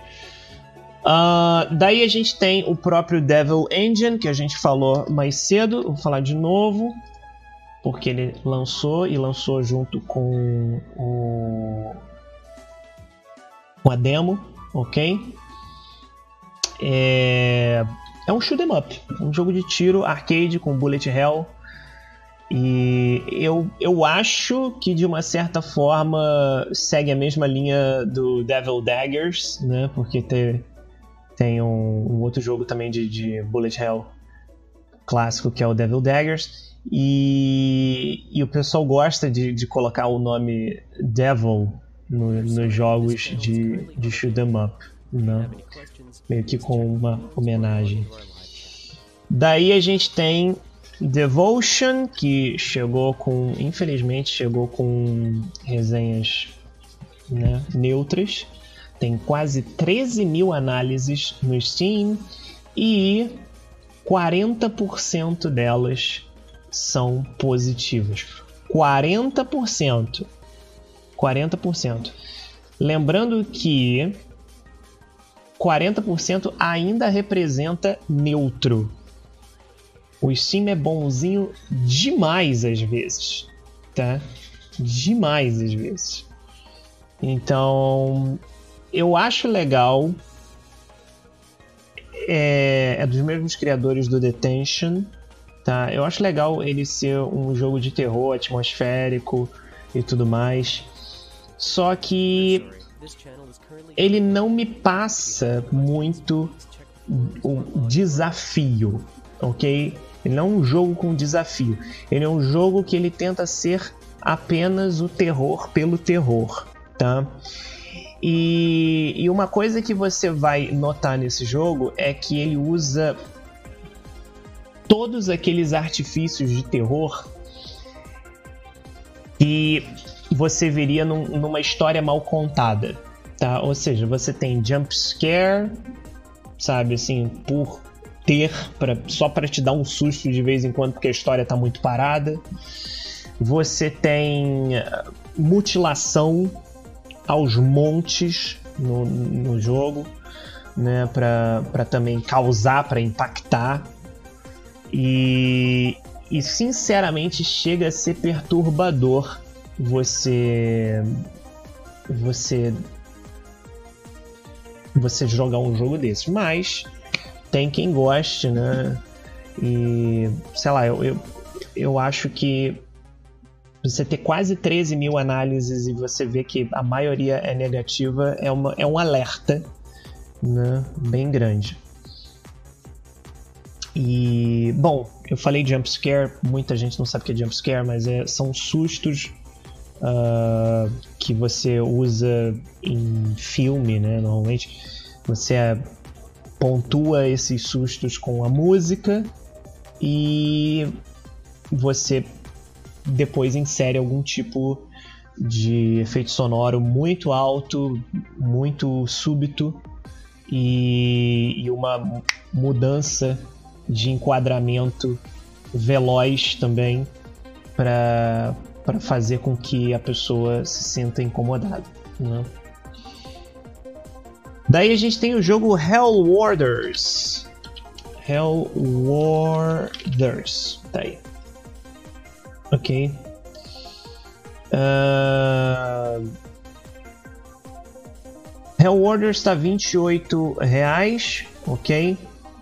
Uh, daí a gente tem o próprio Devil Engine, que a gente falou mais cedo. Vou falar de novo, porque ele lançou e lançou junto com o com a demo, ok? É, é um shoot 'em up, um jogo de tiro arcade com bullet hell. E eu, eu acho que de uma certa forma segue a mesma linha do Devil Daggers, né? Porque tem Tem um, um outro jogo também de, de bullet hell clássico, que é o Devil Daggers. E, e o pessoal gosta de, de colocar o nome Devil no, nos jogos de, de shoot 'em up, né? Meio que com uma homenagem. Daí a gente tem Devotion, que chegou com... Infelizmente chegou com resenhas, né, neutras. Tem quase treze mil análises no Steam e quarenta por cento delas são positivas. quarenta por cento. quarenta por cento. Lembrando que quarenta por cento ainda representa neutro. O Steam é bonzinho demais às vezes, tá? Demais às vezes. Então... eu acho legal, é, é dos mesmos criadores do Detention, tá? Eu acho legal ele ser um jogo de terror atmosférico e tudo mais, só que ele não me passa muito o desafio, ok? Ele não é um jogo com desafio, ele é um jogo que ele tenta ser apenas o terror pelo terror, tá? E, e uma coisa que você vai notar nesse jogo é que ele usa todos aqueles artifícios de terror que você veria num, numa história mal contada, tá? Ou seja, você tem jump scare, sabe, assim, por ter, pra, só para te dar um susto de vez em quando porque a história tá muito parada. Você tem mutilação aos montes no, no jogo, né, para também causar, para impactar, e, e sinceramente chega a ser perturbador você você você jogar um jogo desse, mas tem quem goste, né? E sei lá, eu, eu, eu acho que você ter quase treze mil análises e você ver que a maioria é negativa é, uma, é um alerta, né, bem grande. E, bom, eu falei jump scare, muita gente não sabe o que é jump scare, mas é, são sustos uh, que você usa em filme, né, normalmente. Você pontua esses sustos com a música e você depois insere algum tipo de efeito sonoro muito alto, muito súbito e, e uma mudança de enquadramento veloz também para para fazer com que a pessoa se sinta incomodada, né? Daí a gente tem o jogo Hell Warders. Hell Warders. Tá aí. Ok. Uh... Hell Warders está vinte e oito reais, ok.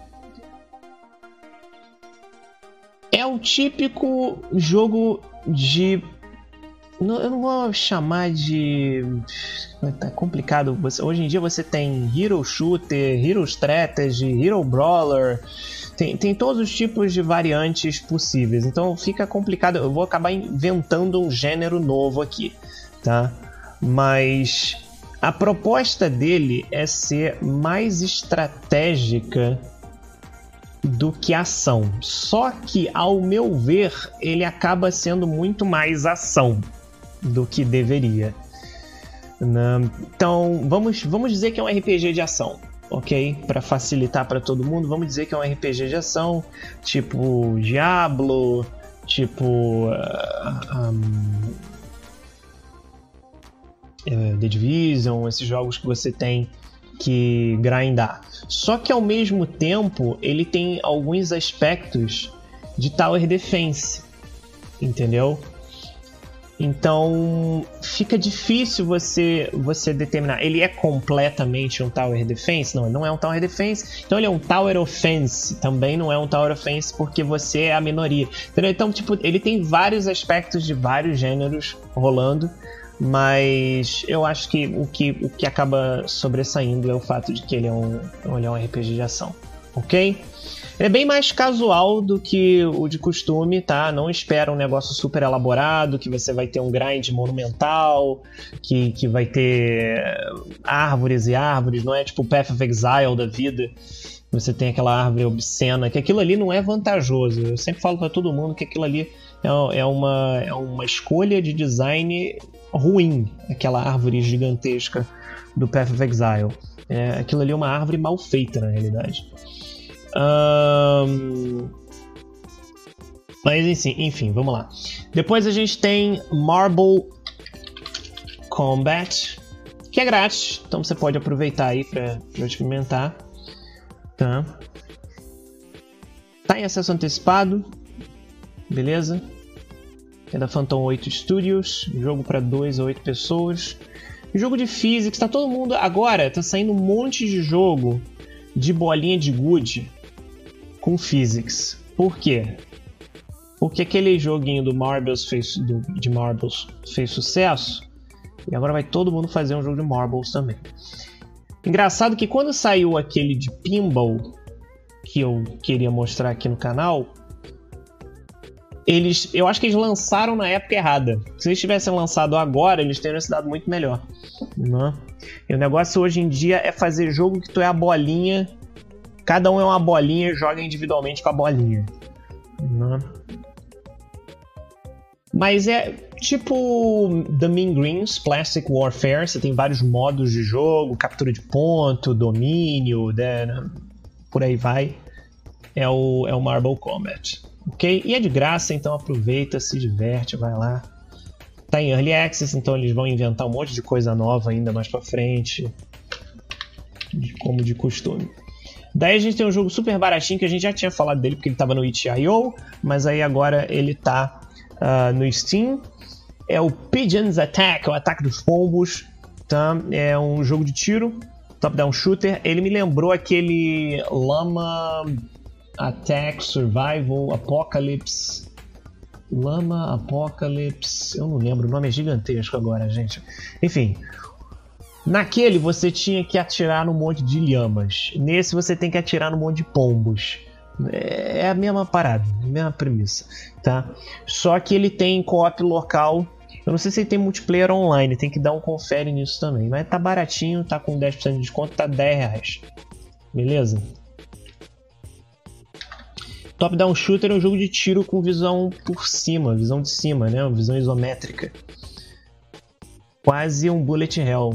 É o típico jogo de... Eu não vou chamar de... Tá complicado. Hoje em dia você tem Hero Shooter, Hero Strategy, Hero Brawler... Tem, tem todos os tipos de variantes possíveis, então fica complicado. Eu vou acabar inventando um gênero novo aqui, tá? Mas a proposta dele é ser mais estratégica do que ação. Só que, ao meu ver, ele acaba sendo muito mais ação do que deveria. Então, vamos, vamos dizer que é um R P G de ação, ok? Para facilitar para todo mundo, vamos dizer que é um R P G de ação, tipo Diablo, tipo uh, um, uh, The Division, esses jogos que você tem que grindar. Só que ao mesmo tempo, ele tem alguns aspectos de Tower Defense, entendeu? Então fica difícil você, você determinar. Ele é completamente um Tower Defense? Não, ele não é um Tower Defense. Então ele é um Tower Offense. Também não é um Tower Offense porque você é a minoria. Entendeu? Então, tipo, ele tem vários aspectos de vários gêneros rolando. Mas eu acho que o que, o que acaba sobressaindo é o fato de que ele é um, ele é um R P G de ação. Ok? Ele é bem mais casual do que o de costume, tá? Não espera um negócio super elaborado, que você vai ter um grind monumental, que, que vai ter árvores e árvores, não é tipo o Path of Exile da vida. Você tem aquela árvore obscena, que aquilo ali não é vantajoso. Eu sempre falo pra todo mundo que aquilo ali é, é, uma, é uma escolha de design ruim, aquela árvore gigantesca do Path of Exile. É, aquilo ali é uma árvore mal feita, na realidade. Um... Mas enfim, enfim, vamos lá. Depois a gente tem Marble Combat, que é grátis, então você pode aproveitar aí para experimentar. Tá. Tá em acesso antecipado, beleza? É da Phantom oito Studios, jogo para dois a oito pessoas. Jogo de physics, tá todo mundo agora, tá saindo um monte de jogo de bolinha de gude com physics. Por quê? Porque aquele joguinho do Marbles fez, do, de Marbles fez sucesso e agora vai todo mundo fazer um jogo de Marbles também. Engraçado que quando saiu aquele de Pinball que eu queria mostrar aqui no canal, eles, eu acho que eles lançaram na época errada. Se eles tivessem lançado agora, eles teriam se dado muito melhor, né? E o negócio hoje em dia é fazer jogo que tu é a bolinha, cada um é uma bolinha e joga individualmente com a bolinha, né? Mas é tipo The Mean Greens Plastic Warfare. Você tem vários modos de jogo, captura de ponto, domínio, né? Por aí vai. É o, é o Marble Combat, ok? E é de graça, então aproveita, se diverte, vai lá. Tá em Early Access, então eles vão inventar um monte de coisa nova ainda mais pra frente, como de costume. Daí a gente tem um jogo super baratinho que a gente já tinha falado dele porque ele tava no itch ponto i o, mas aí agora ele tá Uh, no Steam. É o Pigeons Attack, o ataque dos pombos, tá? É um jogo de tiro, top-down shooter. Ele me lembrou aquele Llama Attack Survival Apocalypse. Llama Apocalypse, eu não lembro, o nome é gigantesco agora, gente. Enfim, naquele você tinha que atirar num monte de lhamas. Nesse você tem que atirar num monte de pombos. É a mesma parada, a mesma premissa, tá? Só que ele tem co-op local. Eu não sei se ele tem multiplayer online, tem que dar um confere nisso também. Mas tá baratinho, tá com dez por cento de desconto, tá dez reais. Beleza? Top Down Shooter é um jogo de tiro com visão por cima, visão de cima, né? Uma visão isométrica. Quase um bullet hell.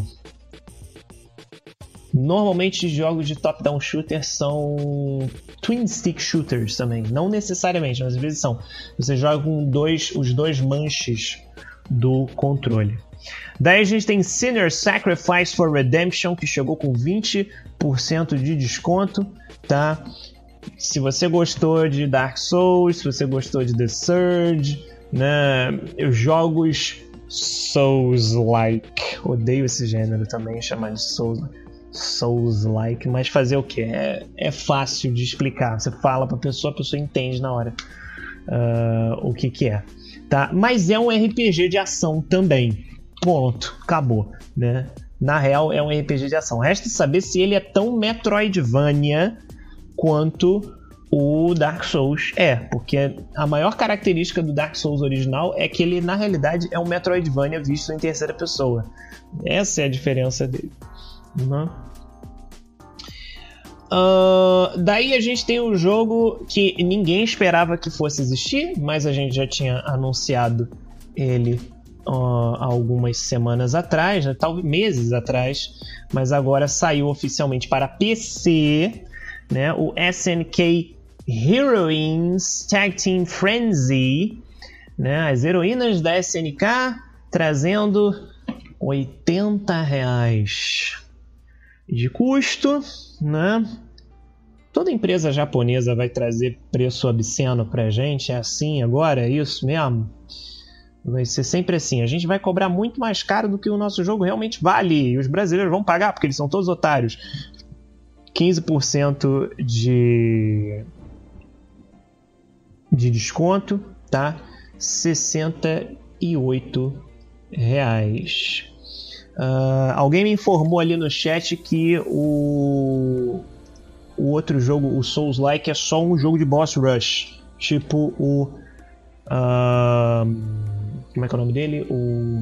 Normalmente jogos de top-down shooter são twin stick shooters também, não necessariamente, mas às vezes são. Você joga com dois, os dois manches do controle. Daí a gente tem Sinner Sacrifice for Redemption, que chegou com vinte por cento de desconto, tá? Se você gostou de Dark Souls, se você gostou de The Surge, né? Os jogos Souls-like, odeio esse gênero também, chamar de Souls Souls-like, mas fazer o que? É, é fácil de explicar. Você fala pra pessoa, a pessoa entende na hora uh, o que que é, tá? Mas é um R P G de ação também. Ponto. Acabou, né? Na real, é um R P G de ação. Resta saber se ele é tão Metroidvania quanto o Dark Souls é, porque a maior característica do Dark Souls original é que ele, na realidade, é um Metroidvania visto em terceira pessoa. Essa é a diferença dele. Uhum. Uh, daí a gente tem um jogo que ninguém esperava que fosse existir, mas a gente já tinha anunciado ele uh, há algumas semanas atrás, né? Talvez meses atrás, mas agora saiu oficialmente para P C, né? O S N K Heroines Tag Team Frenzy, né? As heroínas da S N K trazendo oitenta reais de custo, né? Toda empresa japonesa vai trazer preço obsceno pra gente, é assim agora, é isso mesmo? Vai ser sempre assim, a gente vai cobrar muito mais caro do que o nosso jogo realmente vale, e os brasileiros vão pagar porque eles são todos otários. quinze por cento de de desconto, tá? sessenta e oito reais. Uh, alguém me informou ali no chat que o, o outro jogo, o Souls-like, é só um jogo de boss rush. Tipo o... Uh, como é que é o nome dele? O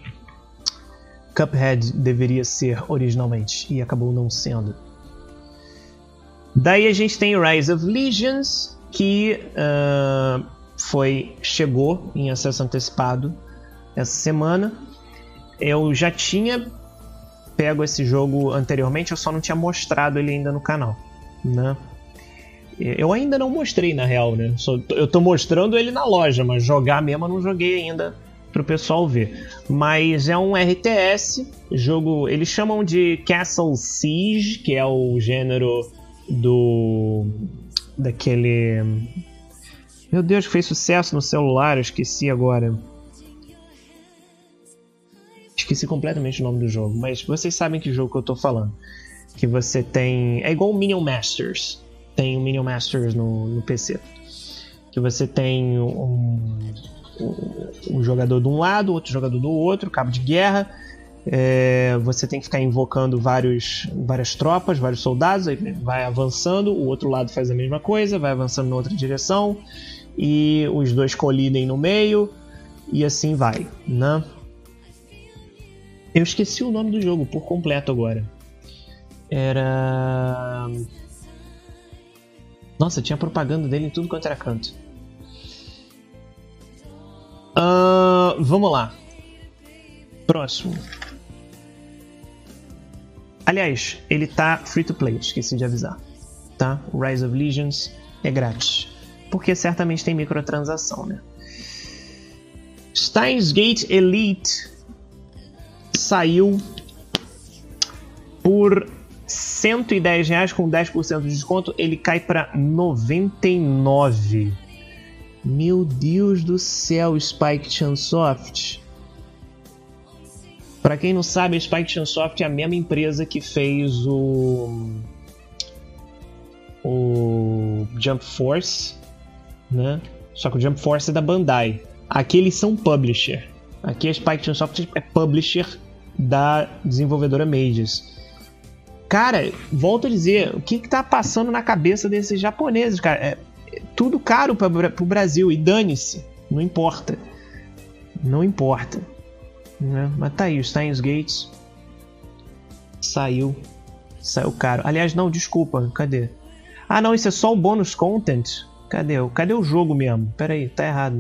Cuphead deveria ser originalmente e acabou não sendo. Daí a gente tem Rise of Legions, que uh, foi, chegou em acesso antecipado essa semana. Eu já tinha pego esse jogo anteriormente, eu só não tinha mostrado ele ainda no canal, né? Eu ainda não mostrei, na real, né? Só, eu tô mostrando ele na loja, mas jogar mesmo eu não joguei ainda pro pessoal ver. Mas é um R T S, jogo, eles chamam de Castle Siege, que é o gênero do... daquele... Meu Deus, que fez sucesso no celular, eu esqueci agora. Esqueci completamente o nome do jogo, mas vocês sabem que jogo que eu tô falando. Que você tem... É igual o Minion Masters. Tem o Minion Masters no, no P C. Que você tem um, um, um jogador de um lado, outro jogador do outro, cabo de guerra. É, você tem que ficar invocando vários, várias tropas, vários soldados. Aí vai avançando, o outro lado faz a mesma coisa, vai avançando na outra direção. E os dois colidem no meio. E assim vai, né? Eu esqueci o nome do jogo por completo agora. Era... Nossa, tinha propaganda dele em tudo quanto era canto. Uh, vamos lá. Próximo. Aliás, ele tá free to play, esqueci de avisar. Tá? O Rise of Legions é grátis. Porque certamente tem microtransação, né? Steins Gate Elite saiu por cento e dez reais com dez por cento de desconto. Ele cai para noventa e nove. Meu Deus do céu, Spike Chunsoft. Para quem não sabe, a Spike Chunsoft é a mesma empresa que fez o o Jump Force, né? Só que o Jump Force é da Bandai. Aqui eles são publisher. Aqui a Spike Chunsoft é publisher da desenvolvedora Mages. Cara, volto a dizer, o que que tá passando na cabeça desses japoneses, cara? É, é tudo caro para pro Brasil, e dane-se, não importa. Não importa. Né? Mas tá aí, o Steins Gate saiu, saiu caro. Aliás, não, desculpa, cadê? Ah não, isso é só o bônus content? Cadê? Cadê o jogo mesmo? Pera aí, tá errado.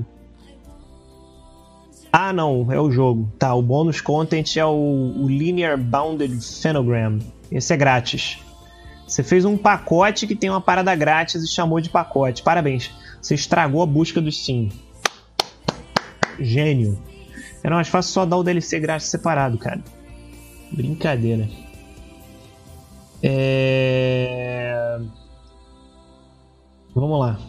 Ah não, é o jogo. Tá, o bônus content é o, o Linear Bounded Phenogram. Esse é grátis. Você fez um pacote que tem uma parada grátis e chamou de pacote. Parabéns. Você estragou a busca do Steam. Gênio. Era mais fácil só dar o D L C grátis separado, cara. Brincadeira. É... Vamos lá.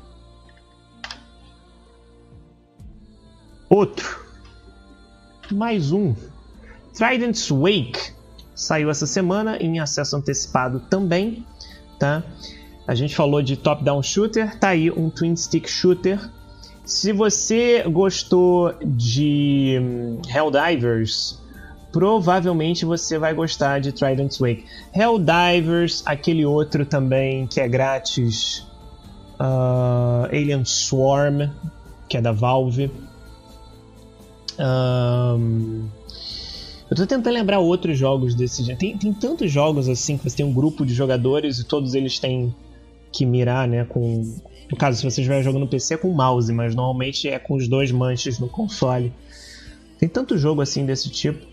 Outro. Mais um. Trident's Wake. Saiu essa semana em acesso antecipado também, tá? A gente falou de top-down shooter, tá aí um twin stick shooter. Se você gostou de Helldivers, provavelmente você vai gostar de Trident's Wake. Helldivers, aquele outro também que é grátis, uh, Alien Swarm, que é da Valve. Um, Eu tô tentando lembrar outros jogos desse jeito. Tem, tem tantos jogos assim que você tem um grupo de jogadores e todos eles têm que mirar, né, com... No caso, se você estiver jogando no P C é com mouse, mas normalmente é com os dois manches no console. Tem tanto jogo assim desse tipo.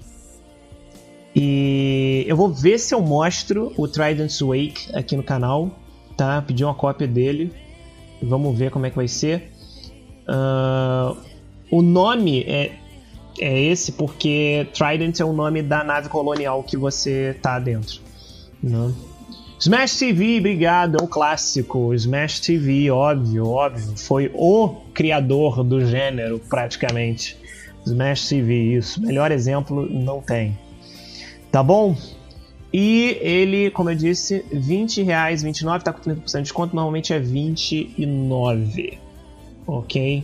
E eu vou ver se eu mostro o Trident's Wake aqui no canal, tá? Pedi uma cópia dele. Vamos ver como é que vai ser. Uh, o nome é, é esse porque Trident é o nome da nave colonial que você tá dentro, né? Smash T V, obrigado, é um clássico. Smash T V, óbvio, óbvio. Foi o criador do gênero, praticamente. Smash T V, isso. Melhor exemplo, não tem. Tá bom? E ele, como eu disse, vinte reais, vinte e nove reais, tá com trinta por cento de desconto, normalmente é vinte e nove reais. Ok?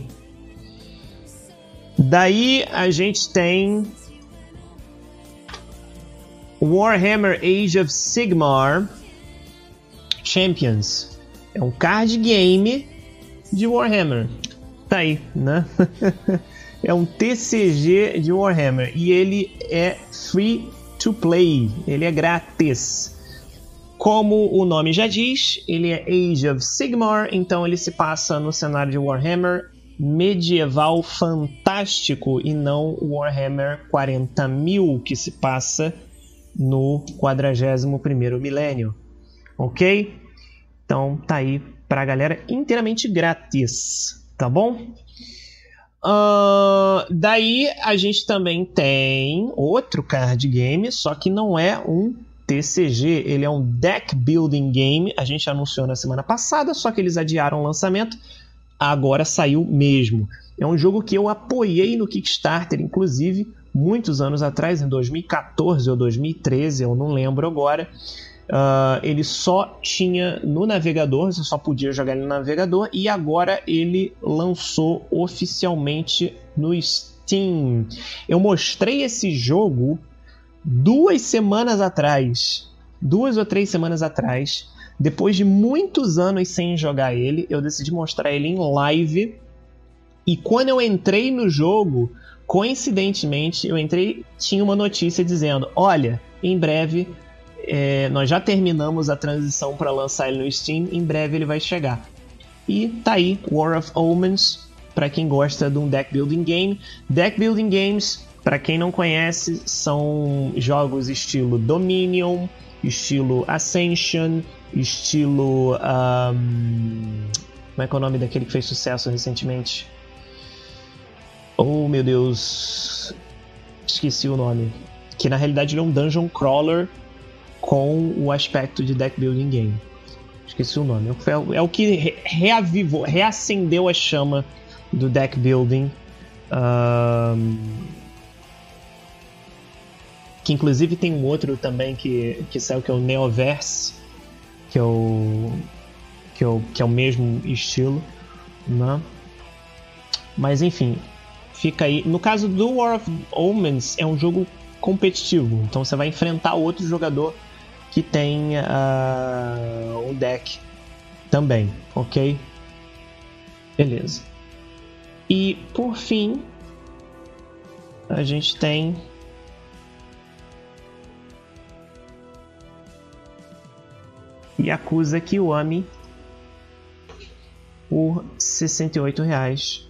Daí a gente tem Warhammer Age of Sigmar Champions. É um card game de Warhammer. Tá aí, né? É um T C G de Warhammer. E ele é free to play. Ele é grátis. Como o nome já diz, ele é Age of Sigmar. Então ele se passa no cenário de Warhammer medieval fantástico e não Warhammer quarenta mil, que se passa no quadragésimo primeiro milênio. Ok? Então tá aí pra galera inteiramente grátis, tá bom? Uh, daí a gente também tem outro card game, só que não é um T C G, ele é um deck building game. A gente anunciou na semana passada, só que eles adiaram o lançamento. Agora saiu mesmo. É um jogo que eu apoiei no Kickstarter, inclusive, muitos anos atrás, em dois mil e quatorze ou dois mil e treze, eu não lembro agora. Uh, ele só tinha no navegador, você só podia jogar ele no navegador, e agora ele lançou oficialmente no Steam. Eu mostrei esse jogo duas semanas atrás, duas ou três semanas atrás, depois de muitos anos sem jogar ele, eu decidi mostrar ele em live, e quando eu entrei no jogo, coincidentemente, eu entrei, tinha uma notícia dizendo, olha, em breve... É, nós já terminamos a transição para lançar ele no Steam, em breve ele vai chegar. E tá aí, War of Omens, para quem gosta de um deck building game. Deck building games, para quem não conhece, são jogos estilo Dominion, estilo Ascension, estilo... Um... Como é que é o nome daquele que fez sucesso recentemente? Oh, meu Deus... Esqueci o nome. Que na realidade ele é um dungeon crawler com o aspecto de deck building game. Esqueci o nome. É o que reavivou, reacendeu a chama do deck building. Um, que inclusive tem um outro também que, que saiu, que é o Neoverse, que é o, que é o, que é o mesmo estilo, né? Mas enfim, fica aí. No caso do War of Omens, é um jogo competitivo, então você vai enfrentar outro jogador que tem uh, um deck também, ok? Beleza. E por fim, a gente tem Yakuza Kiwami por sessenta e oito reais.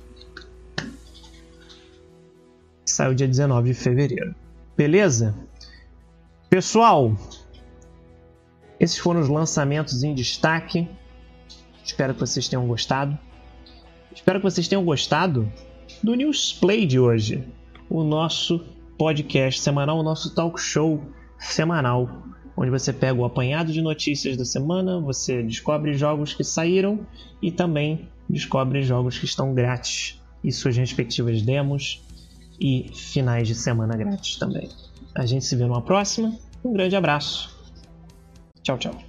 Saiu dia dezenove de fevereiro. Beleza? Pessoal, esses foram os lançamentos em destaque. Espero que vocês tenham gostado. Espero que vocês tenham gostado do Newsplay de hoje. O nosso podcast semanal, o nosso talk show semanal, onde você pega o apanhado de notícias da semana, você descobre jogos que saíram e também descobre jogos que estão grátis e suas respectivas demos e finais de semana grátis também. A gente se vê numa próxima. Um grande abraço. Tchau, tchau.